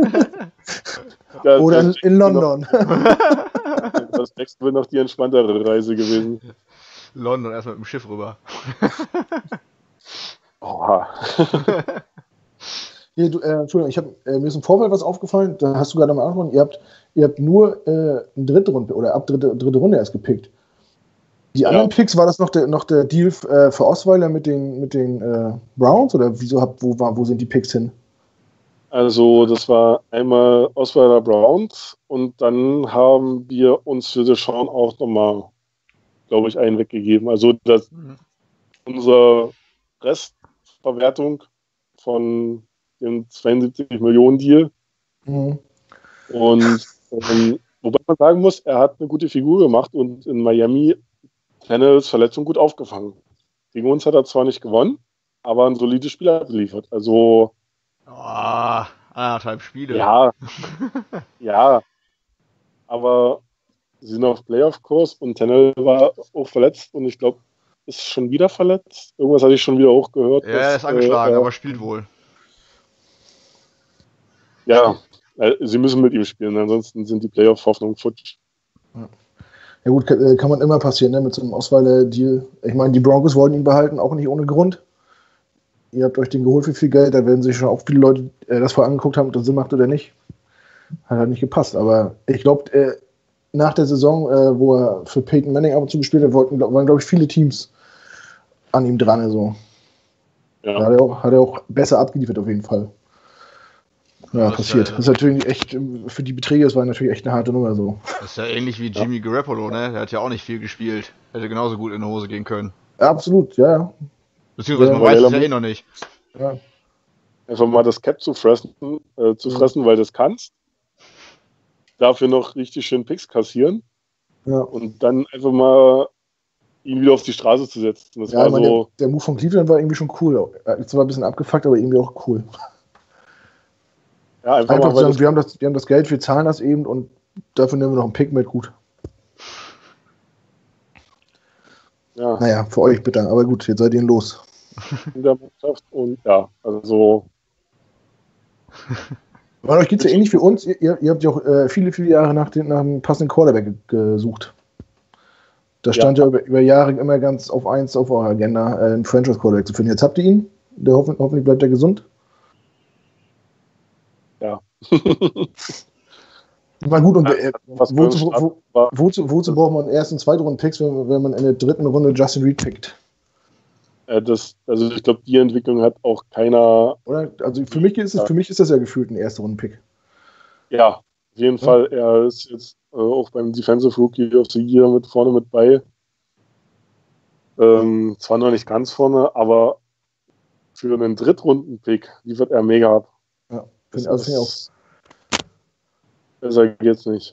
Oder in London. Das nächste wird noch die entspanntere Reise gewesen. London, erstmal mit dem Schiff rüber. Oha. Hier, Entschuldigung, mir ist im Vorfeld was aufgefallen, da hast du gerade mal angesprochen, ihr habt nur eine dritte Runde oder ab dritte Runde erst gepickt. Die anderen Picks, war das noch der Deal für Osweiler mit den Browns oder wo sind die Picks hin? Also das war einmal Osweiler Browns und dann haben wir uns für Deshaun auch nochmal, glaube ich, einen weggegeben. Also unsere Restverwertung von dem 72 Millionen Deal. Mhm. Und wobei man sagen muss, er hat eine gute Figur gemacht und in Miami Tannehills Verletzung gut aufgefangen. Gegen uns hat er zwar nicht gewonnen, aber ein solides Spiel abgeliefert. Also 1,5 Spiele. Ja. Aber sie sind auf Playoff-Kurs und Tannehill war auch verletzt und ich glaube, ist schon wieder verletzt. Irgendwas hatte ich schon wieder auch gehört. Ja, er ist angeschlagen, aber spielt wohl. Ja, sie müssen mit ihm spielen, ansonsten sind die Playoff-Hoffnungen futsch. Ja gut, kann man immer passieren, ne, mit so einem Osweiler-Deal. Ich meine, die Broncos wollten ihn behalten, auch nicht ohne Grund. Ihr habt euch den geholt für viel Geld, da werden sich schon auch viele Leute das vorher angeguckt haben, ob das Sinn macht oder nicht. Hat halt nicht gepasst, aber ich glaube, nach der Saison, wo er für Peyton Manning ab und zu gespielt hat, waren, glaube ich, viele Teams an ihm dran. Also. Ja. Da hat er auch besser abgeliefert auf jeden Fall. Ja, passiert. Das ist natürlich echt, für die Beträge, das war natürlich echt eine harte Nummer so. Das ist ja ähnlich wie Jimmy Garoppolo, ne? Der hat ja auch nicht viel gespielt. Hätte genauso gut in die Hose gehen können. Ja, absolut, ja. Beziehungsweise man weiß es ja eh noch nicht. Ja. Einfach mal das Cap zu fressen, weil du es kannst. Dafür noch richtig schön Picks kassieren. Ja. Und dann einfach mal ihn wieder auf die Straße zu setzen. Das war so. Der Move von Cleveland war irgendwie schon cool. Jetzt war ein bisschen abgefuckt, aber irgendwie auch cool. Ja, einfach mal, sagen, wir haben das Geld, wir zahlen das eben und dafür nehmen wir noch einen Pick mit, gut. Ja. Naja, für euch bitte, aber gut, jetzt seid ihr los. In der Mannschaft und ja, also. Bei euch geht es ja ähnlich wie uns, ihr habt ja auch viele Jahre nach einem passenden Quarterback gesucht. Da stand ja über Jahre immer ganz auf eurer Agenda, einen Franchise-Quarterback zu finden. Jetzt habt ihr ihn, hoffentlich bleibt er gesund. Ja. War gut, und wozu braucht man erst und zweite Runden Picks, wenn man in der dritten Runde Justin Reed pickt? Also ich glaube, die Entwicklung hat auch keiner. Oder? Also für mich ist das ja gefühlt ein erster Runden-Pick. Ja, auf jeden Fall. Er ist jetzt auch beim Defensive Rookie of the Year vorne mit bei. Zwar noch nicht ganz vorne, aber für einen Drittrunden-Pick liefert er mega ab. Ja, finde ich auch. Besser geht's nicht.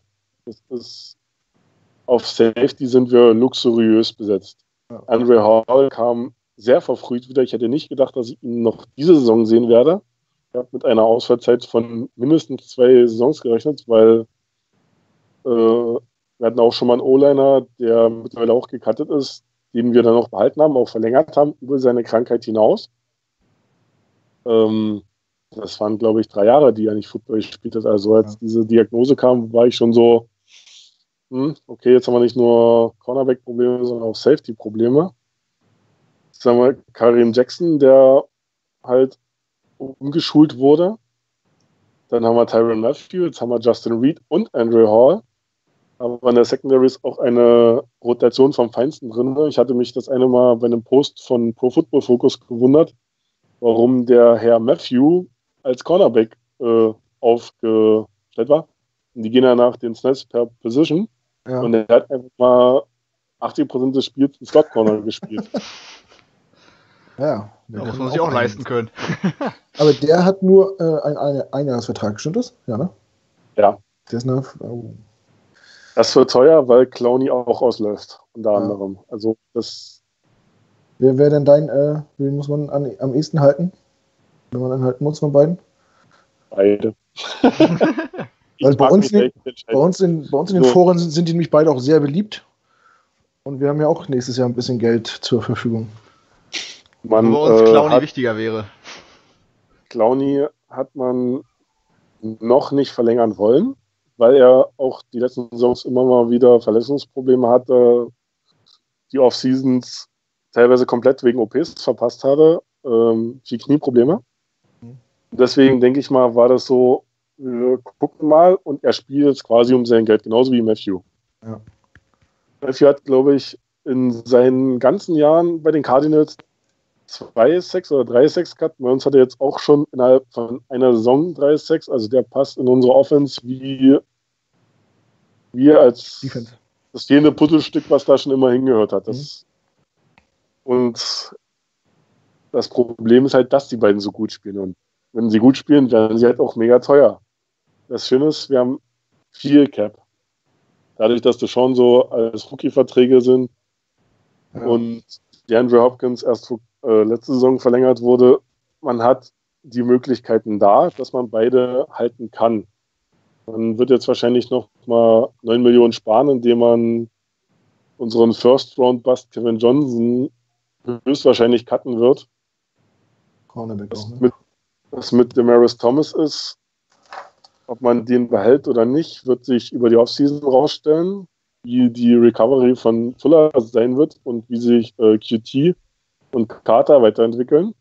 Auf Safety sind wir luxuriös besetzt. Ja. Andre Hall kam sehr verfrüht wieder. Ich hätte nicht gedacht, dass ich ihn noch diese Saison sehen werde. Ich habe mit einer Ausfallzeit von mindestens 2 Saisons gerechnet, weil wir hatten auch schon mal einen O-Liner, der mittlerweile auch gecuttet ist, den wir dann noch behalten haben, auch verlängert haben, über seine Krankheit hinaus. Das waren, glaube ich, 3 Jahre, die er nicht Football gespielt hat. Also als diese Diagnose kam, war ich schon so, okay, jetzt haben wir nicht nur Cornerback-Probleme, sondern auch Safety-Probleme. Jetzt haben wir Kareem Jackson, der halt umgeschult wurde. Dann haben wir Tyrann Mathieu, jetzt haben wir Justin Reed und Andre Hall. Aber in der Secondary ist auch eine Rotation vom Feinsten drin. Ich hatte mich das eine Mal bei einem Post von Pro Football Focus gewundert, warum der Herr Mathieu als Cornerback aufgestellt war. Und die gehen danach den Snaps per Position. Ja. Und er hat einfach mal 80% des Spiels einen Slot Corner gespielt. Ja, Da muss man sich auch leisten können. Aber der hat nur einen Einjahresvertrag, stimmt das? Ja, ne? Ja. Der ist Das wird teuer, weil Clowney auch ausläuft, unter anderem. Also das. Wer wäre denn wen muss man am ehesten halten? Wenn man dann halten muss von beiden? Beide. Weil bei uns in den Foren sind die nämlich beide auch sehr beliebt. Und wir haben ja auch nächstes Jahr ein bisschen Geld zur Verfügung. Wo bei uns Clowney wichtiger wäre. Clowney hat man noch nicht verlängern wollen, weil er auch die letzten Saisons immer mal wieder Verletzungsprobleme hatte, die Off-Seasons teilweise komplett wegen OPs verpasst hatte, viel Knieprobleme. Deswegen denke ich mal, war das so, wir gucken mal und er spielt jetzt quasi um sein Geld, genauso wie Matthew. Ja. Matthew hat, glaube ich, in seinen ganzen Jahren bei den Cardinals 2 Sacks oder 3 Sacks gehabt. Bei uns hat er jetzt auch schon innerhalb von einer Saison 3 Sacks. Also der passt in unsere Offense wie wir als Defense. Das fehlende Puzzlestück, was da schon immer hingehört hat. Und das Problem ist halt, dass die beiden so gut spielen. Und wenn sie gut spielen, werden sie halt auch mega teuer. Das Schöne ist, wir haben viel Cap. Dadurch, dass das schon so als Rookie-Verträge sind und DeAndre Hopkins erst letzte Saison verlängert wurde, man hat die Möglichkeiten da, dass man beide halten kann. Man wird jetzt wahrscheinlich noch mal 9 Millionen sparen, indem man unseren First-Round-Bust Kevin Johnson höchstwahrscheinlich cutten wird. Was mit Demaryius Thomas ist, ob man den behält oder nicht, wird sich über die Offseason rausstellen, wie die Recovery von Fuller sein wird und wie sich QT und Carter weiterentwickeln.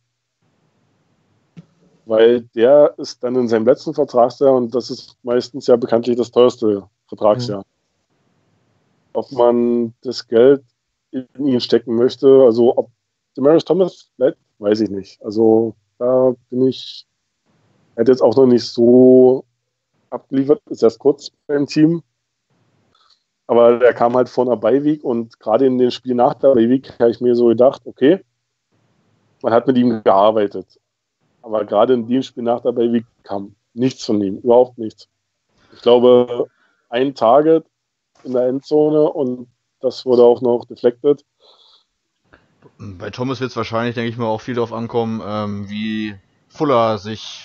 Weil der ist dann in seinem letzten Vertragsjahr und das ist meistens ja bekanntlich das teuerste Vertragsjahr. Ob man das Geld in ihn stecken möchte, also ob Demaryius Thomas bleibt, weiß ich nicht. Also da bin ich, er hat jetzt auch noch nicht so abgeliefert, ist erst kurz beim Team. Aber der kam halt vor einer Bye-Week und gerade in den Spielen nach der Bye-Week habe ich mir so gedacht, okay, man hat mit ihm gearbeitet. Aber gerade in dem Spiel nach der Bye-Week kam nichts von ihm, überhaupt nichts. Ich glaube, ein Target in der Endzone und das wurde auch noch deflected. Bei Thomas wird es wahrscheinlich, denke ich mal, auch viel darauf ankommen, wie Fuller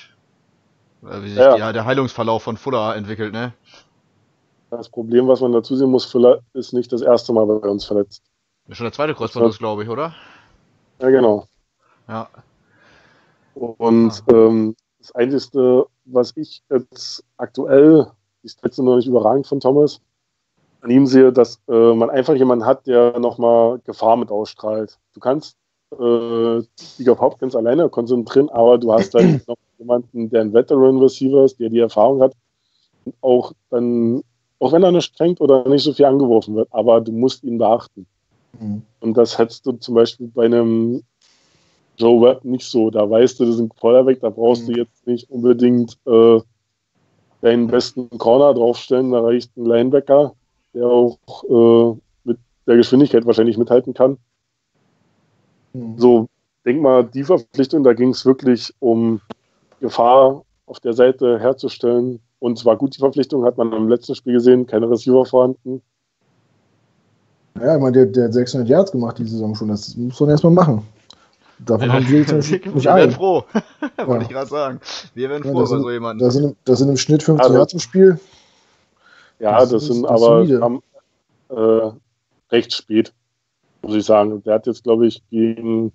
der Heilungsverlauf von Fuller entwickelt, ne? Das Problem, was man dazu sehen muss, Fuller ist nicht das erste Mal bei uns verletzt. Das ist schon der zweite Kreuzbandriss, glaube ich, oder? Ja, genau. Ja. Und das Einzige, was ich jetzt aktuell, die Stats sind noch nicht überragend von Thomas, an ihm sehe, dass man einfach jemanden hat, der nochmal Gefahr mit ausstrahlt. Du kannst dich auf Hopkins alleine konzentrieren, aber du hast dann noch jemanden, der ein Veteran-Receiver ist, der die Erfahrung hat, und auch wenn er nicht fängt oder nicht so viel angeworfen wird, aber du musst ihn beachten. Und das hättest du zum Beispiel bei einem Joe Webb nicht so. Da weißt du, das ist ein Feuerwerk, da brauchst du jetzt nicht unbedingt deinen besten Corner draufstellen, da reicht ein Linebacker, der auch mit der Geschwindigkeit wahrscheinlich mithalten kann. So, denk mal, die Verpflichtung, da ging es wirklich um Gefahr auf der Seite herzustellen. Und zwar gut, die Verpflichtung hat man im letzten Spiel gesehen, keine Receiver vorhanden. Ja, ich meine, der hat 600 Yards gemacht die Saison schon, das muss man erstmal machen. Davon haben wir jetzt nicht wir werden froh, wollte ich gerade sagen. Wir werden froh über so jemanden. Das sind im Schnitt 50 Yards im Spiel. Ja, das sind aber recht spät, muss ich sagen. Der hat jetzt, glaube ich, gegen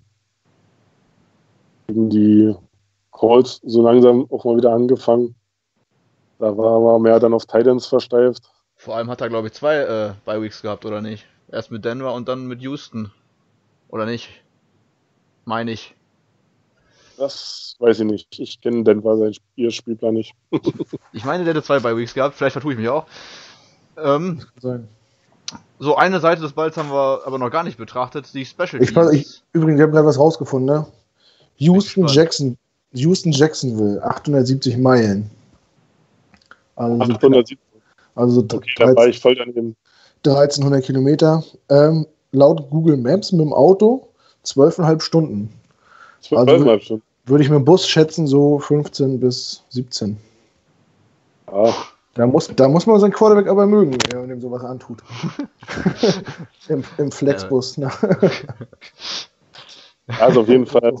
die Colts so langsam auch mal wieder angefangen. Da war mehr dann auf Titans versteift. Vor allem hat er, glaube ich, 2 Bye-Weeks gehabt, oder nicht? Erst mit Denver und dann mit Houston. Oder nicht? Meine ich. Das weiß ich nicht. Ich kenne Denver, ihr Spielplan nicht. Ich meine, der hätte 2 Bye-Weeks gehabt. Vielleicht vertue ich mich auch. So, eine Seite des Balls haben wir aber noch gar nicht betrachtet. Die Special Teams. Übrigens, ich habe gerade was rausgefunden, ne? Houston Houston Jacksonville, 870 Meilen. Also 870. Also okay, da war ich voll daneben. 1300 Kilometer. Laut Google Maps mit dem Auto 12,5 Stunden. 12,5 Stunden. Würde ich mit dem Bus schätzen, so 15 bis 17. Ja. Da muss man seinen Quarterback aber mögen, wenn man ihm sowas antut. Im Flexbus. Ne? Also auf jeden Fall.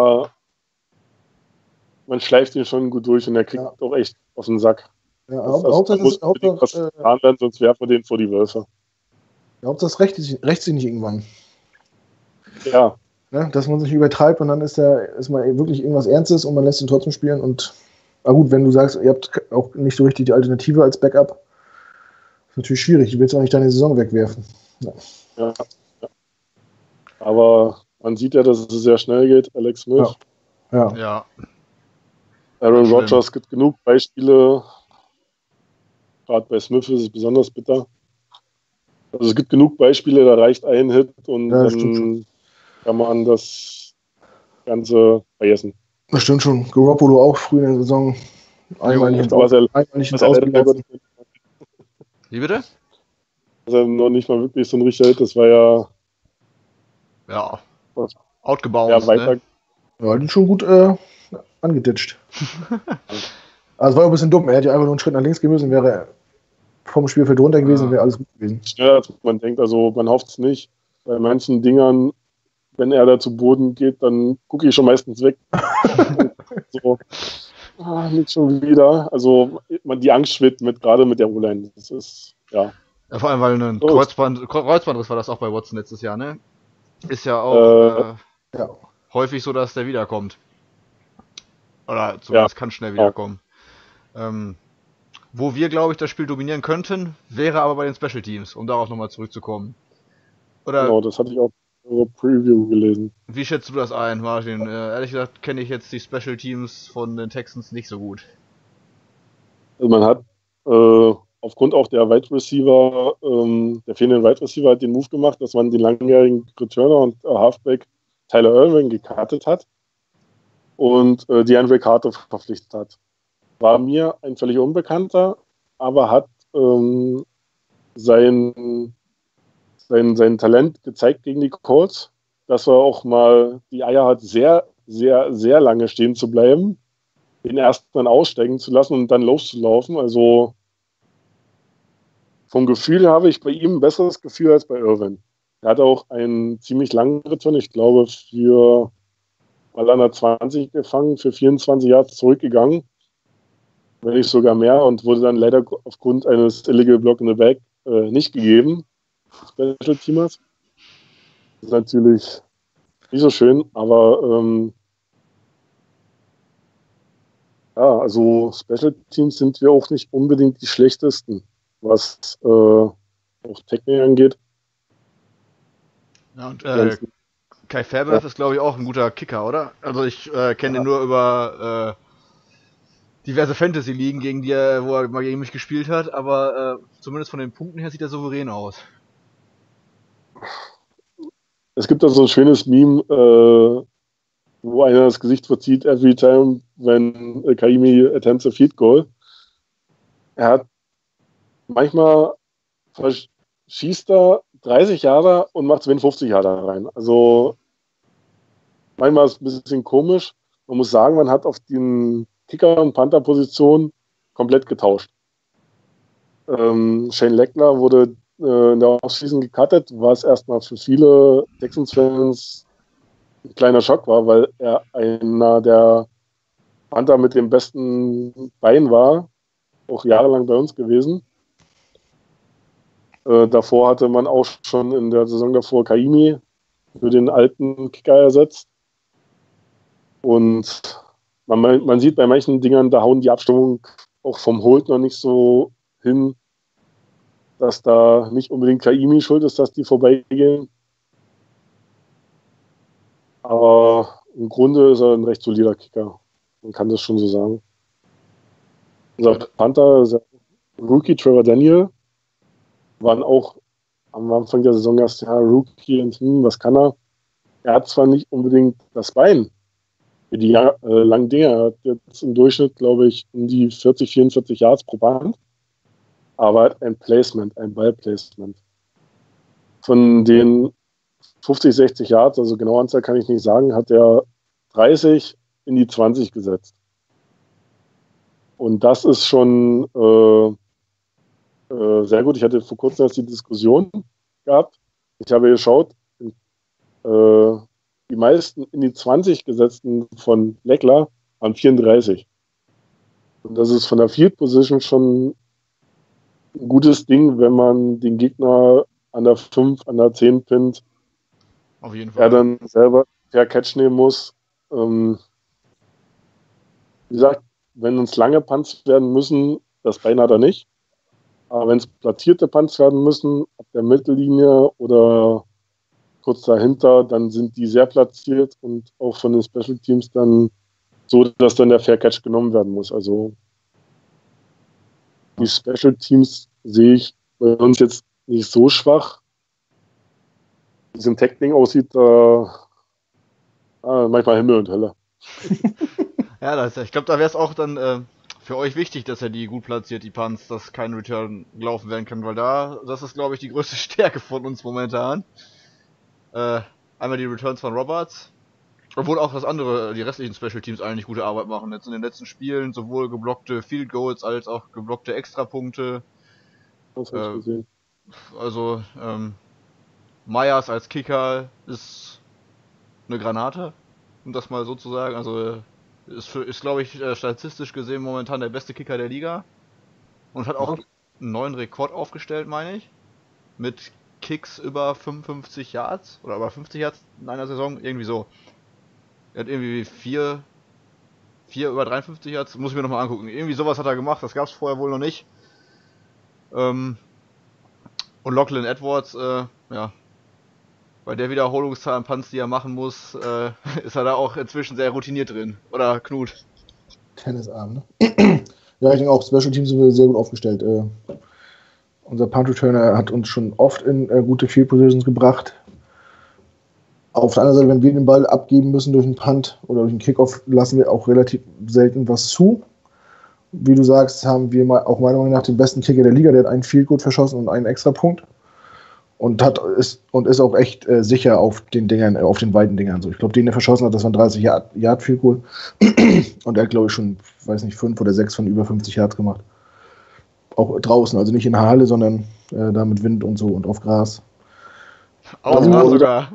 Man schleift ihn schon gut durch und er kriegt auch echt auf den Sack. Ja, Hauptsache muss was getan werden, sonst werfen wir den vor die Wölfe. Hauptsache rächt sich nicht irgendwann. Ja. Ne? Dass man sich übertreibt und dann ist mal wirklich irgendwas Ernstes und man lässt ihn trotzdem spielen. Und gut, wenn du sagst, ihr habt auch nicht so richtig die Alternative als Backup, ist natürlich schwierig. Du willst auch nicht deine Saison wegwerfen. Ja. Aber man sieht ja, dass es sehr schnell geht. Alex Smith. Ja. Aaron Rodgers, gibt genug Beispiele. Gerade bei Smith ist es besonders bitter. Also es gibt genug Beispiele, da reicht ein Hit und dann kann man das Ganze vergessen. Das stimmt schon. Garoppolo auch früh in der Saison. Einmal nicht ins Ausgelassen. Wie bitte? Also noch nicht mal wirklich so ein richtiger Hit. Das war ja... Ja. Outgebaut. Ja, weiter. Ne? Ja, den schon gut angeditscht. Also war ein bisschen dumm. Er hätte ja einfach nur einen Schritt nach links gehen müssen, wäre vom Spielfeld runter gewesen, wäre alles gut gewesen. Schneller als man denkt. Also man hofft es nicht. Bei manchen Dingern, wenn er da zu Boden geht, dann gucke ich schon meistens weg. So. Nicht schon wieder. Also die Angst schwirrt gerade mit der O-Line. Das ist, ja. Vor allem, weil ein Kreuzbandriss war das auch bei Watson letztes Jahr, ne? Ist ja auch häufig so, dass der wiederkommt. Oder zumindest kann schnell wiederkommen. Wo wir, glaube ich, das Spiel dominieren könnten, wäre aber bei den Special Teams, um darauf nochmal zurückzukommen. Oder genau, das hatte ich auch in der Preview gelesen. Wie schätzt du das ein, Martin? Ehrlich gesagt kenne ich jetzt die Special Teams von den Texans nicht so gut. Also man hat aufgrund auch der Wide Receiver, der fehlenden Wide Receiver hat den Move gemacht, dass man den langjährigen Returner und Halfback Tyler Irving gekartet hat und DeAndre Carter verpflichtet hat. War mir ein völlig Unbekannter, aber hat sein Talent gezeigt gegen die Colts, dass er auch mal die Eier hat, sehr, sehr, sehr lange stehen zu bleiben, den ersten dann aussteigen zu lassen und dann loszulaufen. Also vom Gefühl habe ich bei ihm ein besseres Gefühl als bei Irvin. Er hat auch einen ziemlich langen Return, ich glaube, für mal an der 20 gefangen, für 24 Jahre zurückgegangen, wenn nicht sogar mehr, und wurde dann leider aufgrund eines Illegal Block in the Back nicht gegeben. Special Teamers. Das ist natürlich nicht so schön, aber also Special Teams sind wir auch nicht unbedingt die schlechtesten, was auch Technik angeht. Ja, und Kai Fairbairn ist, glaube ich, auch ein guter Kicker, oder? Also ich kenne ihn nur über diverse Fantasy-Ligen, wo er mal gegen mich gespielt hat, aber zumindest von den Punkten her sieht er souverän aus. Es gibt da so ein schönes Meme, wo einer das Gesicht verzieht, every time when Kaimi attempts a field goal. Er hat manchmal schießt er 30 Jahre und macht 52 Jahre rein. Also manchmal ist es ein bisschen komisch. Man muss sagen, man hat auf den Kicker- und Panther-Position komplett getauscht. Shane Leckler wurde in der Offseason gecuttet, was erstmal für viele Texans-Fans ein kleiner Schock war, weil er einer der Panther mit dem besten Bein war, auch jahrelang bei uns gewesen. Davor hatte man auch schon in der Saison davor Kaimi für den alten Kicker ersetzt. Und man sieht bei manchen Dingern, da hauen die Abstimmung auch vom Holt noch nicht so hin, dass da nicht unbedingt Kaimi schuld ist, dass die vorbeigehen. Aber im Grunde ist er ein recht solider Kicker. Man kann das schon so sagen. Unser Panther, Rookie Trevor Daniel, waren auch am Anfang der Saison erst Rookie und was kann er? Er hat zwar nicht unbedingt das Bein für die langen Dinger. Er hat jetzt im Durchschnitt, glaube ich, um die 40, 44 Yards pro Band. Aber er hat ein Placement, ein Ballplacement. Von den 50, 60 Yards, also genaue Anzahl kann ich nicht sagen, hat er 30 in die 20 gesetzt. Und das ist schon sehr gut. Ich hatte vor kurzem erst die Diskussion gehabt. Ich habe geschaut, die meisten in die 20 gesetzten von Leckler haben 34. Und das ist von der Field Position schon ein gutes Ding, wenn man den Gegner an der 5, an der 10 pinnt. Auf jeden Fall. Er dann selber per Catch nehmen muss. Wie gesagt, wenn uns lange Punts werden müssen, das Bein hat er nicht. Aber wenn es platzierte Punts werden müssen, ab der Mittellinie oder kurz dahinter, dann sind die sehr platziert und auch von den Special Teams dann so, dass dann der Fair Catch genommen werden muss. Also die Special Teams sehe ich bei uns jetzt nicht so schwach. Wie es im Tackling aussieht, manchmal Himmel und Hölle. Ja, ich glaube, da wäre es auch dann für euch wichtig, dass er die gut platziert, die Punts, dass kein Return gelaufen werden kann, weil das ist, glaube ich, die größte Stärke von uns momentan. Einmal die Returns von Roberts, obwohl auch die restlichen Special Teams eigentlich gute Arbeit machen. Jetzt in den letzten Spielen sowohl geblockte Field Goals als auch geblockte Extrapunkte. Das habe ich gesehen. Also Myers als Kicker ist eine Granate, um das mal so zu sagen. Also ist glaube ich, statistisch gesehen momentan der beste Kicker der Liga. Und hat auch einen neuen Rekord aufgestellt, meine ich. Mit Kicks über 55 Yards oder über 50 Yards in einer Saison, irgendwie so. Er hat irgendwie 4 über 53 Yards, muss ich mir nochmal angucken. Irgendwie sowas hat er gemacht, das gab es vorher wohl noch nicht. Und Lachlan Edwards, ja, bei der Wiederholungszahl an Punts, die er machen muss, ist er da auch inzwischen sehr routiniert drin. Oder Knut? Tennisarm, ne? Ja, ich denke auch, Special Teams sind wir sehr gut aufgestellt. Unser Punt-Returner hat uns schon oft in gute Field Positions gebracht. Auf der anderen Seite, wenn wir den Ball abgeben müssen durch einen Punt oder durch einen Kickoff, lassen wir auch relativ selten was zu. Wie du sagst, haben wir auch meiner Meinung nach den besten Kicker der Liga. Der hat einen Field Goal verschossen und einen Extrapunkt. Und ist auch echt sicher auf den Dingern, auf den weiten Dingern. So, ich glaube, den er verschossen hat, das waren 30 Yard Field Goal. Und er hat, glaube ich, schon, weiß nicht, 5 oder 6 von über 50 Yards gemacht. Auch draußen, also nicht in der Halle, sondern da mit Wind und so und auf Gras. Auf Gras sogar.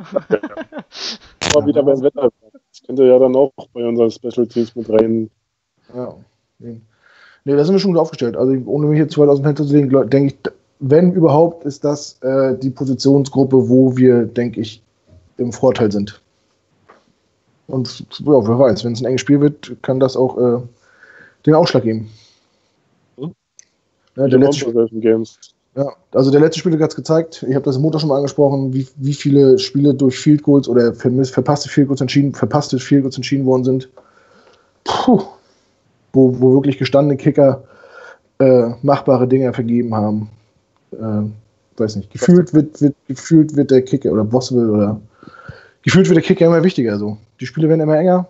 Mal wieder beim Wetter. Das könnte ja dann auch bei unseren Special Teams mit rein. Ja. Nee, da sind wir schon gut aufgestellt. Also ohne mich jetzt zu weit aus dem Fenster zu legen, denke ich, wenn überhaupt, ist das die Positionsgruppe, wo wir, denke ich, im Vorteil sind. Und ja, wer weiß, wenn es ein enges Spiel wird, kann das auch den Ausschlag geben. Ja, der letzte Spiel hat es gezeigt, ich habe das am Montag schon mal angesprochen, wie viele Spiele durch Field Goals oder verpasste Field Goals entschieden worden sind. Puh. Wo wirklich gestandene Kicker machbare Dinge vergeben haben. Weiß nicht, gefühlt wird der Kicker oder Boswell oder gefühlt wird der Kicker immer wichtiger. So. Die Spiele werden immer enger.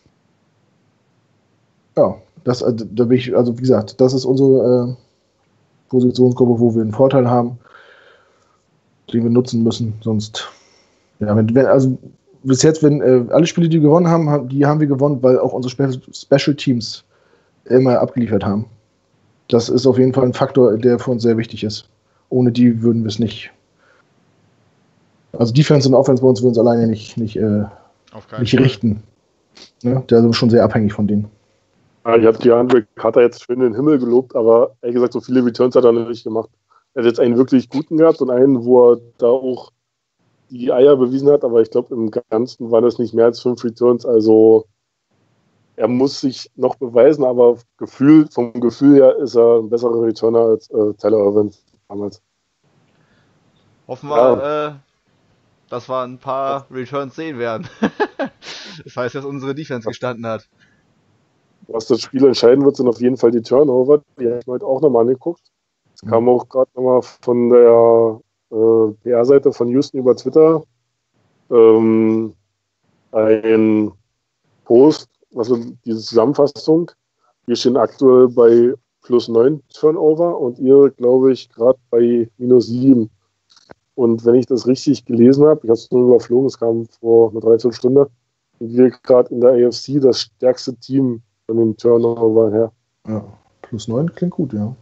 Ja, da bin ich, also wie gesagt, das ist unsere Positionsgruppe, wo wir einen Vorteil haben, den wir nutzen müssen. Sonst, ja, also bis jetzt, wenn alle Spiele, die wir gewonnen haben, die haben wir gewonnen, weil auch unsere Special Teams immer abgeliefert haben. Das ist auf jeden Fall ein Faktor, der für uns sehr wichtig ist. Ohne die würden wir es nicht. Also Defense und Offense bei uns würden uns alleine nicht richten. Ne? Der ist schon sehr abhängig von denen. Ja, ich habe DeAndre Carter jetzt schön in den Himmel gelobt, aber ehrlich gesagt, so viele Returns hat er noch nicht gemacht. Er hat jetzt einen wirklich guten gehabt und einen, wo er da auch die Eier bewiesen hat, aber ich glaube, im Ganzen waren das nicht mehr als 5 Returns, also er muss sich noch beweisen, aber vom Gefühl her ist er ein besserer Returner als Tyler Irvin damals. Hoffen wir, dass wir ein paar Returns sehen werden. Das heißt, dass unsere Defense gestanden hat. Was das Spiel entscheiden wird, sind auf jeden Fall die Turnover. Die habe ich mir heute auch nochmal angeguckt. Es kam auch gerade nochmal von der PR-Seite von Houston über Twitter ein Post also diese Zusammenfassung, wir stehen aktuell bei +9 Turnover und ihr, glaube ich, gerade bei -7. Und wenn ich das richtig gelesen habe, ich habe es nur überflogen, es kam vor einer Dreiviertelstunde, sind wir gerade in der AFC das stärkste Team von den Turnover her. Ja, +9 klingt gut, ja.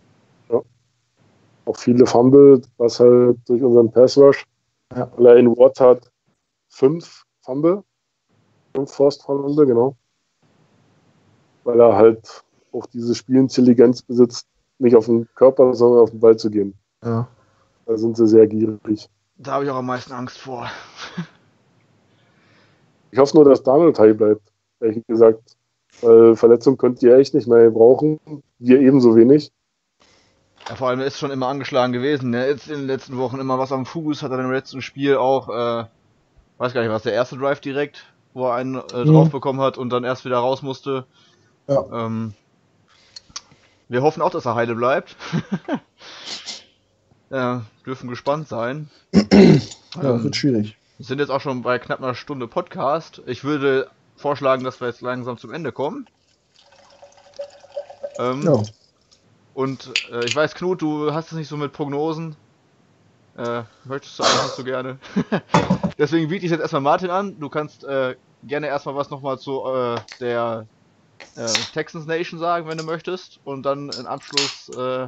Auch viele Fumble, was halt durch unseren Pass Rush. Ja. Allein Watt hat 5 Fumble, 5 Forced Fumble, genau. Weil er halt auch diese Spielintelligenz besitzt, nicht auf den Körper, sondern auf den Ball zu gehen. Ja. Da sind sie sehr gierig. Da habe ich auch am meisten Angst vor. Ich hoffe nur, dass Donald High bleibt, ehrlich gesagt. Weil Verletzung könnt ihr echt nicht mehr brauchen. Wir ebenso wenig. Ja, vor allem er ist schon immer angeschlagen gewesen. Ne? Jetzt in den letzten Wochen immer was am Fuß, hat er im letzten Spiel auch, weiß gar nicht, was der erste Drive direkt, wo er einen drauf bekommen hat und dann erst wieder raus musste. Ja. Wir hoffen auch, dass er heile bleibt. Ja, dürfen gespannt sein. Ja, das wird schwierig. Wir sind jetzt auch schon bei knapp einer Stunde Podcast. Ich würde vorschlagen, dass wir jetzt langsam zum Ende kommen. Ja. Und ich weiß, Knut, du hast es nicht so mit Prognosen. Möchtest du eigentlich nicht so gerne. Deswegen biete ich jetzt erstmal Martin an. Du kannst gerne erstmal was nochmal zu der Texans Nation sagen, wenn du möchtest. Und dann im Anschluss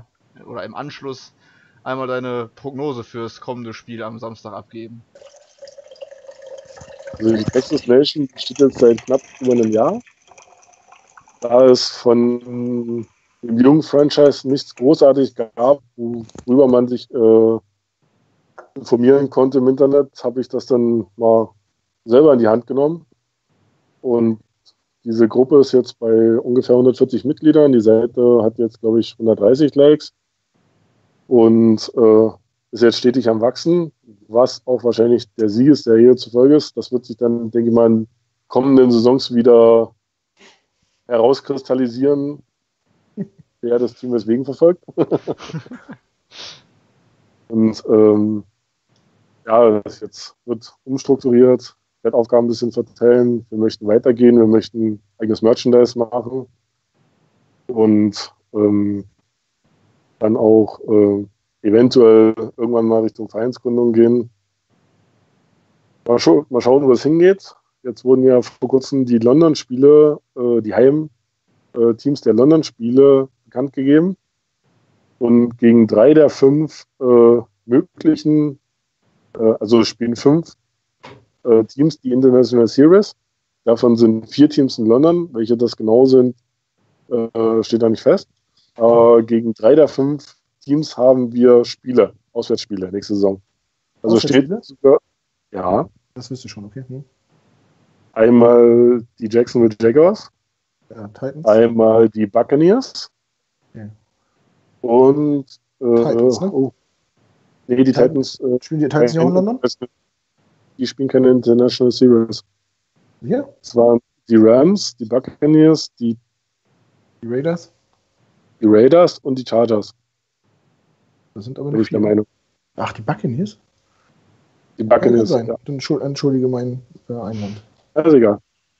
einmal deine Prognose fürs kommende Spiel am Samstag abgeben. Also die Texas Nation besteht jetzt seit knapp über einem Jahr. Da es von dem jungen Franchise nichts großartig gab, worüber man sich informieren konnte im Internet, habe ich das dann mal selber in die Hand genommen. Und diese Gruppe ist jetzt bei ungefähr 140 Mitgliedern. Die Seite hat jetzt, glaube ich, 130 Likes. Und ist jetzt stetig am Wachsen, was auch wahrscheinlich der Sieg ist, der hier zufolge ist. Das wird sich dann, denke ich mal, in kommenden Saisons wieder herauskristallisieren, wer das Team weswegen verfolgt. Und das jetzt wird umstrukturiert, werde Aufgaben ein bisschen verteilen. Wir möchten weitergehen, wir möchten eigenes Merchandise machen und dann auch eventuell irgendwann mal Richtung Vereinsgründung gehen. Mal schauen, wo es hingeht. Jetzt wurden ja vor kurzem die London-Spiele, die Heimteams der London-Spiele bekannt gegeben. Und gegen 3 der 5 möglichen, also spielen 5 Teams die International Series. Davon sind 4 Teams in London. Welche das genau sind, steht da nicht fest. Gegen 3 der 5 Teams haben wir Auswärtsspiele nächste Saison. Also steht sogar, ja. Das wüsste ich schon, okay. Einmal die Jacksonville Jaguars, ja, Titans. Einmal die Buccaneers und Titans, ne? Nee, die Titans spielen die Titans nicht auch in London? Die spielen keine International Series. Ja. Es waren die Rams, die Buccaneers, die Raiders? Die Raiders und die Chargers. Das sind aber Bin nicht ich der viele. Meinung. Ach, die Buccaneers? Die Buccaneers, sein. ja. Entschuldige meinen Einwand. Also egal.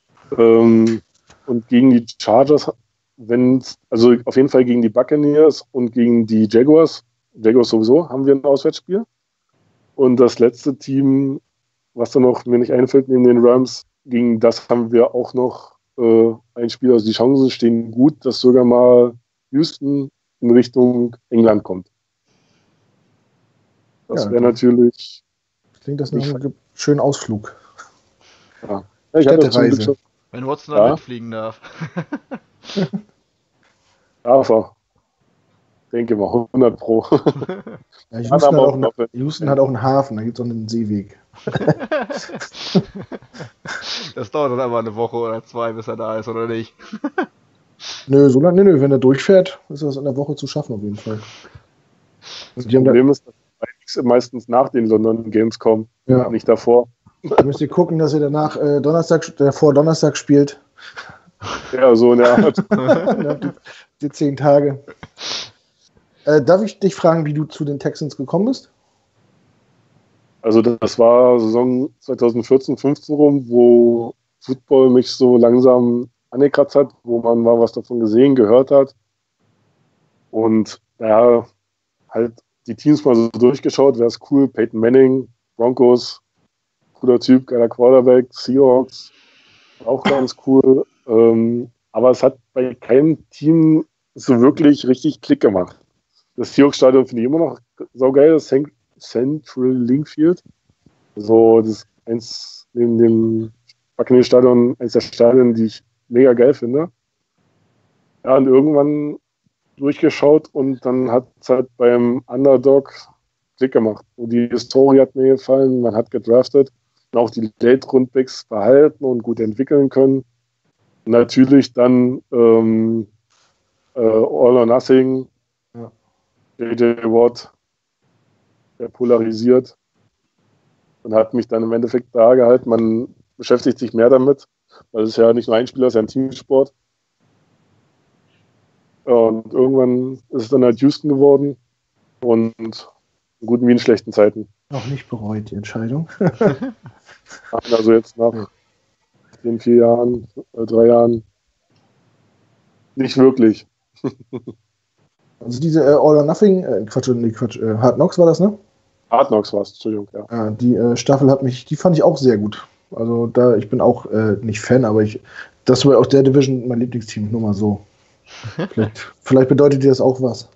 Und gegen die Chargers, also auf jeden Fall gegen die Buccaneers und gegen die Jaguars sowieso, haben wir ein Auswärtsspiel. Und das letzte Team, was da noch mir nicht einfällt, neben den Rams, gegen das haben wir auch noch ein Spiel. Also die Chancen stehen gut, dass sogar mal Houston in Richtung England kommt. Das wäre natürlich... Klingt das nach einem schönen Ausflug. Ja. Ich hatte zum Glück schon, wenn Watson da mitfliegen darf. Darf er. Denke mal, 100 Pro. Ja, Houston hat auch einen Hafen, da gibt es auch einen Seeweg. Das dauert dann aber eine Woche oder 2, bis er da ist, oder nicht? Nö, so lange, wenn er durchfährt, ist das in der Woche zu schaffen auf jeden Fall. Das Problem ist, dass meistens nach den London Games kommen, nicht davor. Da müsst ihr gucken, dass ihr danach vor Donnerstag spielt. Ja, so in der Art. Die 10 Tage. Darf ich dich fragen, wie du zu den Texans gekommen bist? Also das war Saison 2014, 15 rum, wo Football mich so langsam angekratzt hat, wo man mal was davon gesehen, gehört hat. Und ja, halt die Teams mal so durchgeschaut, wäre es cool. Peyton Manning, Broncos, cooler Typ, geiler Quarterback, Seahawks, auch ganz cool. Aber es hat bei keinem Team so wirklich richtig Klick gemacht. Das Seahawks-Stadion finde ich immer noch saugeil, das Central Link Field. So, das ist eins neben dem Buccaneers-Stadion, eins der Stadien, die ich mega geil finde. Ja, und irgendwann durchgeschaut und dann hat es halt beim Underdog Klick gemacht. Und die Historie hat mir gefallen, man hat gedraftet und auch die Late-Rundbacks behalten und gut entwickeln können. Und natürlich dann All or Nothing, Ja. J.J. Watt, der polarisiert und hat mich dann im Endeffekt da gehalten. Man beschäftigt sich mehr damit, weil es ja nicht nur ein Spieler ist, ja ein Teamsport. Und irgendwann ist es dann halt Houston geworden und in guten wie in schlechten Zeiten. Auch nicht bereut, die Entscheidung. Also jetzt nach den 4 Jahren, 3 Jahren nicht wirklich. Also diese All or Nothing, Hard Knocks war das, ne? Hard Knocks war es, Entschuldigung, ja. Die Staffel die fand ich auch sehr gut. Also ich bin auch nicht Fan, aber das war auch der Division mein Lieblingsteam, nur mal so. Vielleicht bedeutet dir das auch was.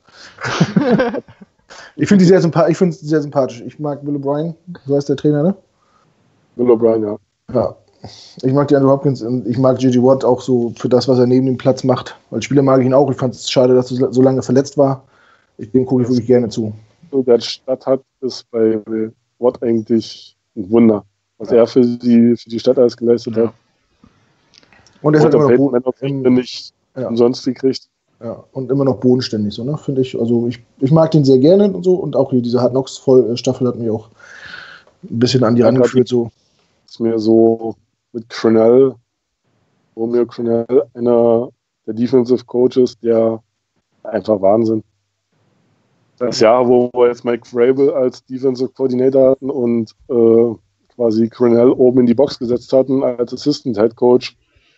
Ich finde sehr sympathisch. Ich mag Bill O'Brien, so heißt der Trainer, ne? Bill O'Brien, ja. Ja. Ich mag die Andrew Hopkins und ich mag J.J. Watt auch so für das, was er neben dem Platz macht. Als Spieler mag ich ihn auch. Ich fand es schade, dass er so lange verletzt war. Dem gucke ich wirklich gerne zu. Der Stadt hat, ist bei Watt eigentlich ein Wunder, was er für die Stadt alles geleistet hat. Und er hat immer noch nicht umsonst gekriegt. Ja, und immer noch bodenständig, so, ne? Finde ich. Also ich mag den sehr gerne und so. Und auch hier diese Hard Knocks Staffel hat mich auch ein bisschen an die rangeführt. So. Ist mir so mit Romeo Crennel, einer der Defensive Coaches, der einfach Wahnsinn. Das Jahr, wo wir jetzt Mike Vrabel als Defensive Coordinator hatten und quasi Crennel oben in die Box gesetzt hatten als Assistant Head Coach.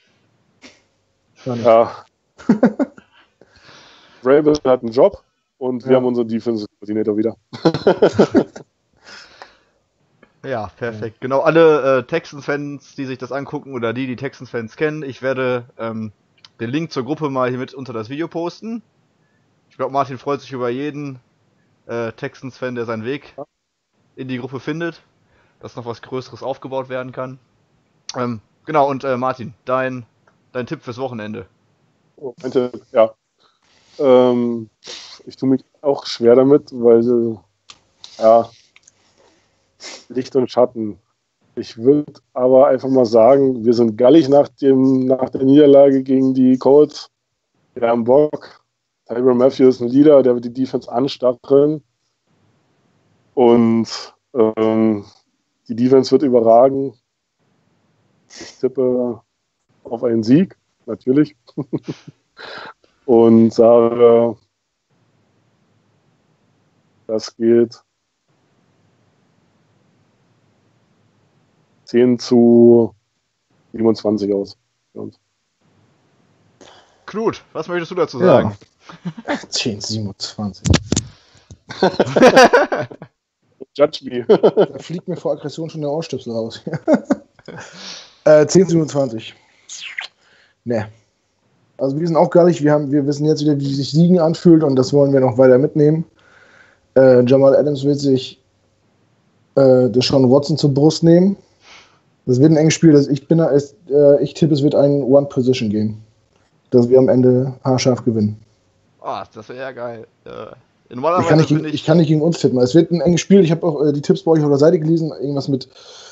Ja. Vrabel hat einen Job und wir haben unseren Defensive Coordinator wieder. Ja, perfekt. Genau, alle Texans-Fans, die sich das angucken oder die Texans-Fans kennen, ich werde den Link zur Gruppe mal hier mit unter das Video posten. Ich glaube, Martin freut sich über jeden Texans-Fan, der seinen Weg in die Gruppe findet, dass noch was Größeres aufgebaut werden kann. Genau, und Martin, dein Tipp fürs Wochenende. Oh, mein Tipp, ja. Ich tue mich auch schwer damit, weil Licht und Schatten. Ich würde aber einfach mal sagen, wir sind gallig nach der Niederlage gegen die Colts. Wir haben Bock. Tyrann Mathieu ist ein Leader, der wird die Defense anstacheln. Und die Defense wird überragen. Ich tippe auf einen Sieg, natürlich. Und sage, das geht 10-27 aus. Knut, was möchtest du dazu sagen? Ja. 10-27. Judge me. Da fliegt mir vor Aggression schon der Ohrstöpsel raus. 10-27. Ne. Also wir sind auch gar nicht, wir wissen jetzt wieder, wie sich Siegen anfühlt und das wollen wir noch weiter mitnehmen. Jamal Adams wird sich Deshaun Watson zur Brust nehmen. Das wird ein enges Spiel. Ich tippe, es wird ein One-Position-Game. Dass wir am Ende haarscharf gewinnen. Das wäre ja geil. Ich kann nicht gegen uns tippen. Es wird ein enges Spiel. Ich habe auch die Tipps bei euch auf der Seite gelesen. Irgendwas mit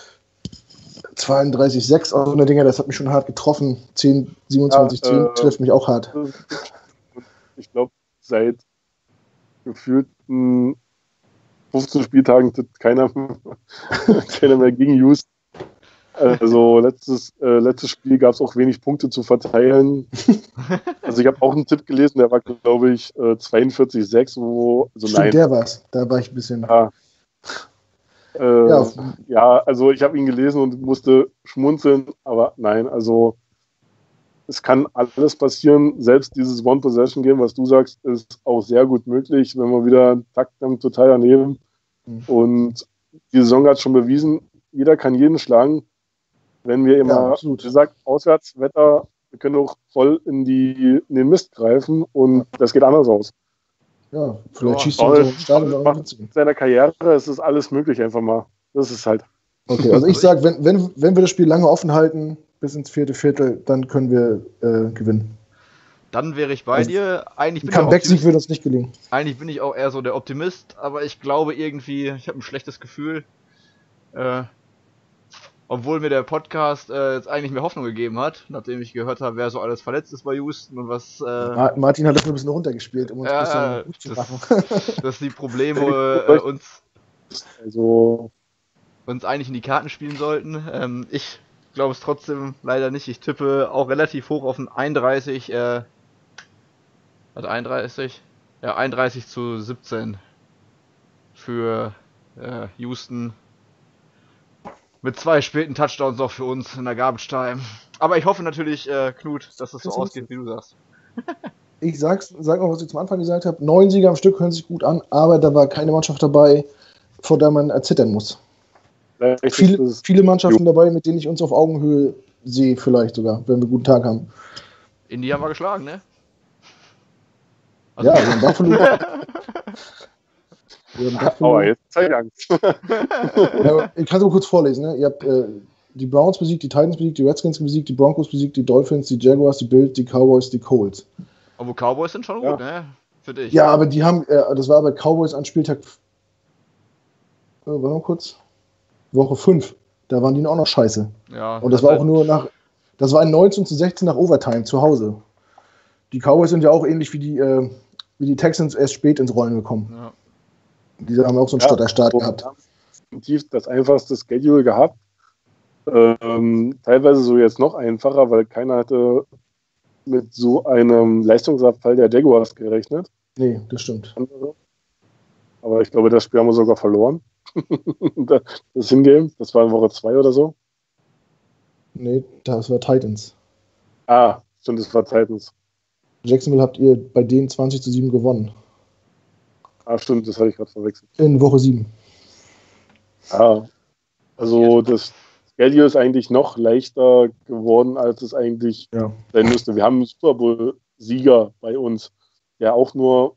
32,6 oder so eine Dinger. Das hat mich schon hart getroffen. 10, 27, 10 trifft mich auch hart. Ich glaube, seit gefühlten 15 Spieltagen tippt keiner mehr gegen Houston. Also letztes Spiel gab es auch wenig Punkte zu verteilen. Also ich habe auch einen Tipp gelesen, der war, glaube ich, 42,6. Stimmt, nein. Der war's. Da war ich ein bisschen... Ja, also ich habe ihn gelesen und musste schmunzeln, aber nein, also es kann alles passieren. Selbst dieses One-Possession-Game, was du sagst, ist auch sehr gut möglich, wenn wir wieder einen Takt haben, total daneben. Und die Saison hat schon bewiesen, jeder kann jeden schlagen. Wenn wir immer, wie gesagt, Auswärtswetter, wir können auch voll in den Mist greifen und das geht anders aus. Ja, vielleicht schießt er so ein Stadion. In seiner Karriere ist es alles möglich einfach mal. Das ist halt. Okay, also ich sage, wenn wir das Spiel lange offen halten, bis ins vierte Viertel, dann können wir gewinnen. Dann wäre ich bei dir. Eigentlich bin Comeback-Sieg wird uns nicht gelingen. Eigentlich bin ich auch eher so der Optimist, aber ich glaube irgendwie, ich habe ein schlechtes Gefühl. Obwohl mir der Podcast jetzt eigentlich mehr Hoffnung gegeben hat, nachdem ich gehört habe, wer so alles verletzt ist bei Houston und was... Martin hat das ein bisschen runtergespielt, um uns ein bisschen gut zu machen. Dass die Probleme uns eigentlich in die Karten spielen sollten. Ich glaube es trotzdem leider nicht. Ich tippe auch relativ hoch auf ein 31... 31:17 für Houston. Mit 2 späten Touchdowns noch für uns in der Garbage Time. Aber ich hoffe natürlich, Knut, dass es so ausgeht, wie du sagst. Ich sag mal, was ich zum Anfang gesagt habe. 9 Sieger am Stück hören sich gut an, aber da war keine Mannschaft dabei, vor der man erzittern muss. Viele Mannschaften dabei, mit denen ich uns auf Augenhöhe sehe, vielleicht sogar, wenn wir einen guten Tag haben. Indy haben wir geschlagen, ne? Also ja, wir haben Buffalo. Aber jetzt zeig Angst. Ja, ich kann es mal kurz vorlesen. Ne? Ihr habt die Browns besiegt, die Titans besiegt, die Redskins besiegt, die Broncos besiegt, die Dolphins, die Jaguars, die Bills, die Cowboys, die Colts. Aber Cowboys sind schon gut, ne? Für dich. Ja, aber die haben, das war aber Cowboys an Spieltag, warte mal kurz, Woche 5. Da waren die auch noch scheiße. Ja, und das war auch nur das war ein 19:16 nach Overtime zu Hause. Die Cowboys sind ja auch ähnlich wie die Texans erst spät ins Rollen gekommen. Ja. Die haben auch so einen Stotterstart gehabt. Definitiv das einfachste Schedule gehabt. Teilweise so jetzt noch einfacher, weil keiner hatte mit so einem Leistungsabfall der Jaguars gerechnet. Nee, das stimmt. Aber ich glaube, das Spiel haben wir sogar verloren. Das Hingame, das war in Woche 2 oder so. Nee, das war Titans. Ah, stimmt, das war Titans. Jacksonville habt ihr bei denen 20:7 gewonnen. Ah, stimmt, das hatte ich gerade verwechselt. In Woche 7. Ah, also das Schedule ist eigentlich noch leichter geworden, als es eigentlich sein müsste. Wir haben einen Super Bowl-Sieger bei uns, der auch nur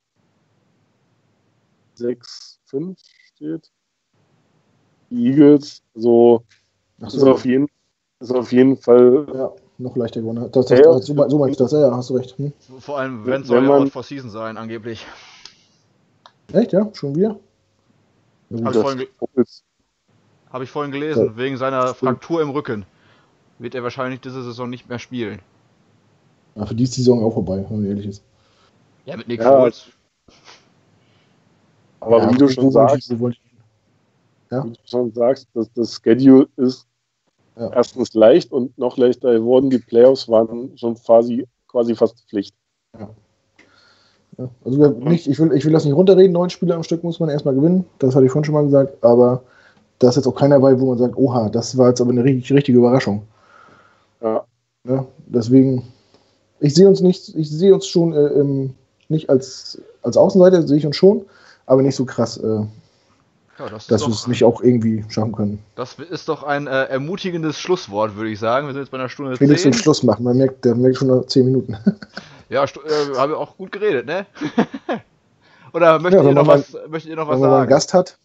6-5 steht. Die Eagles, so ist auf jeden Fall noch leichter gewonnen. So meinst du das, ja, hast du recht. Vor allem, wenn es soll ja Out for Season sein, angeblich. Echt, ja? Schon wieder? Habe ich vorhin gelesen, wegen seiner Fraktur im Rücken wird er wahrscheinlich diese Saison nicht mehr spielen. Ja, für die ist die Saison auch vorbei, wenn man ehrlich ist. Ja, mit Nick Foles. Aber wie du schon sagst, das Schedule ist erstens leicht und noch leichter geworden. Die Playoffs waren schon quasi fast Pflicht. Ja. Ja, also ich will das nicht runterreden, 9 Spiele am Stück muss man erstmal gewinnen, das hatte ich vorhin schon mal gesagt, aber da ist jetzt auch keiner bei, wo man sagt, oha, das war jetzt aber eine richtige Überraschung. Ja. Ja, deswegen, ich sehe uns schon nicht als Außenseiter, sehe ich uns schon, aber nicht so krass, dass wir es nicht auch irgendwie schaffen können. Das ist doch ein ermutigendes Schlusswort, würde ich sagen. Wir sind jetzt bei einer Stunde 10. Felix will Schluss machen, der merkt schon nach 10 Minuten. Ja, haben wir auch gut geredet, ne? Oder möchtet ihr noch was sagen? Wenn man einen Gast hat.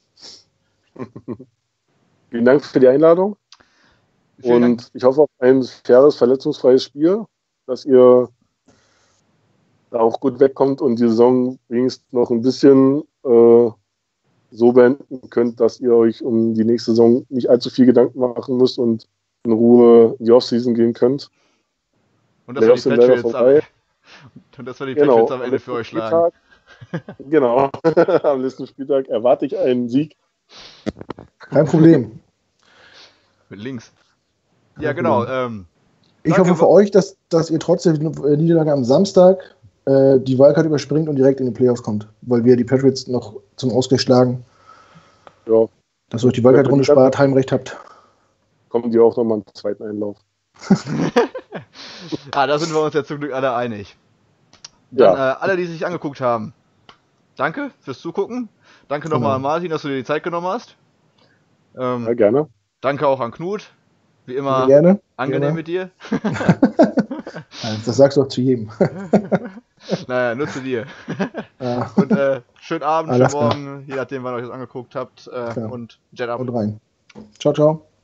Vielen Dank für die Einladung. Und ich hoffe auf ein faires, verletzungsfreies Spiel, dass ihr da auch gut wegkommt und die Saison wenigstens noch ein bisschen so beenden könnt, dass ihr euch um die nächste Saison nicht allzu viel Gedanken machen müsst und in Ruhe in die Offseason gehen könnt. Und dass wir die Patriots am Ende für euch schlagen. Genau. Am letzten Spieltag erwarte ich einen Sieg. Kein Problem. Mit links. Ja, genau. Ich hoffe für euch, dass ihr trotz der Niederlage am Samstag die Wildcard überspringt und direkt in die Playoffs kommt, weil wir die Patriots noch zum Ausgleich schlagen. Ja. Dass ihr euch die Wildcard-Runde spart, Heimrecht habt. Kommen die auch nochmal einen zweiten Einlauf. Da sind wir uns ja zum Glück alle einig. Dann Ja. alle, die sich angeguckt haben, danke fürs Zugucken. Danke nochmal an Martin, dass du dir die Zeit genommen hast. Ja, gerne. Danke auch an Knut. Wie immer Gerne. angenehm mit dir. Das sagst du auch zu jedem. Naja, nur zu dir. Ja. Und schönen Abend, schönen Alles klar. Morgen, je nachdem, wann ihr euch das angeguckt habt. Und Jet ab. Und rein. Ciao, ciao.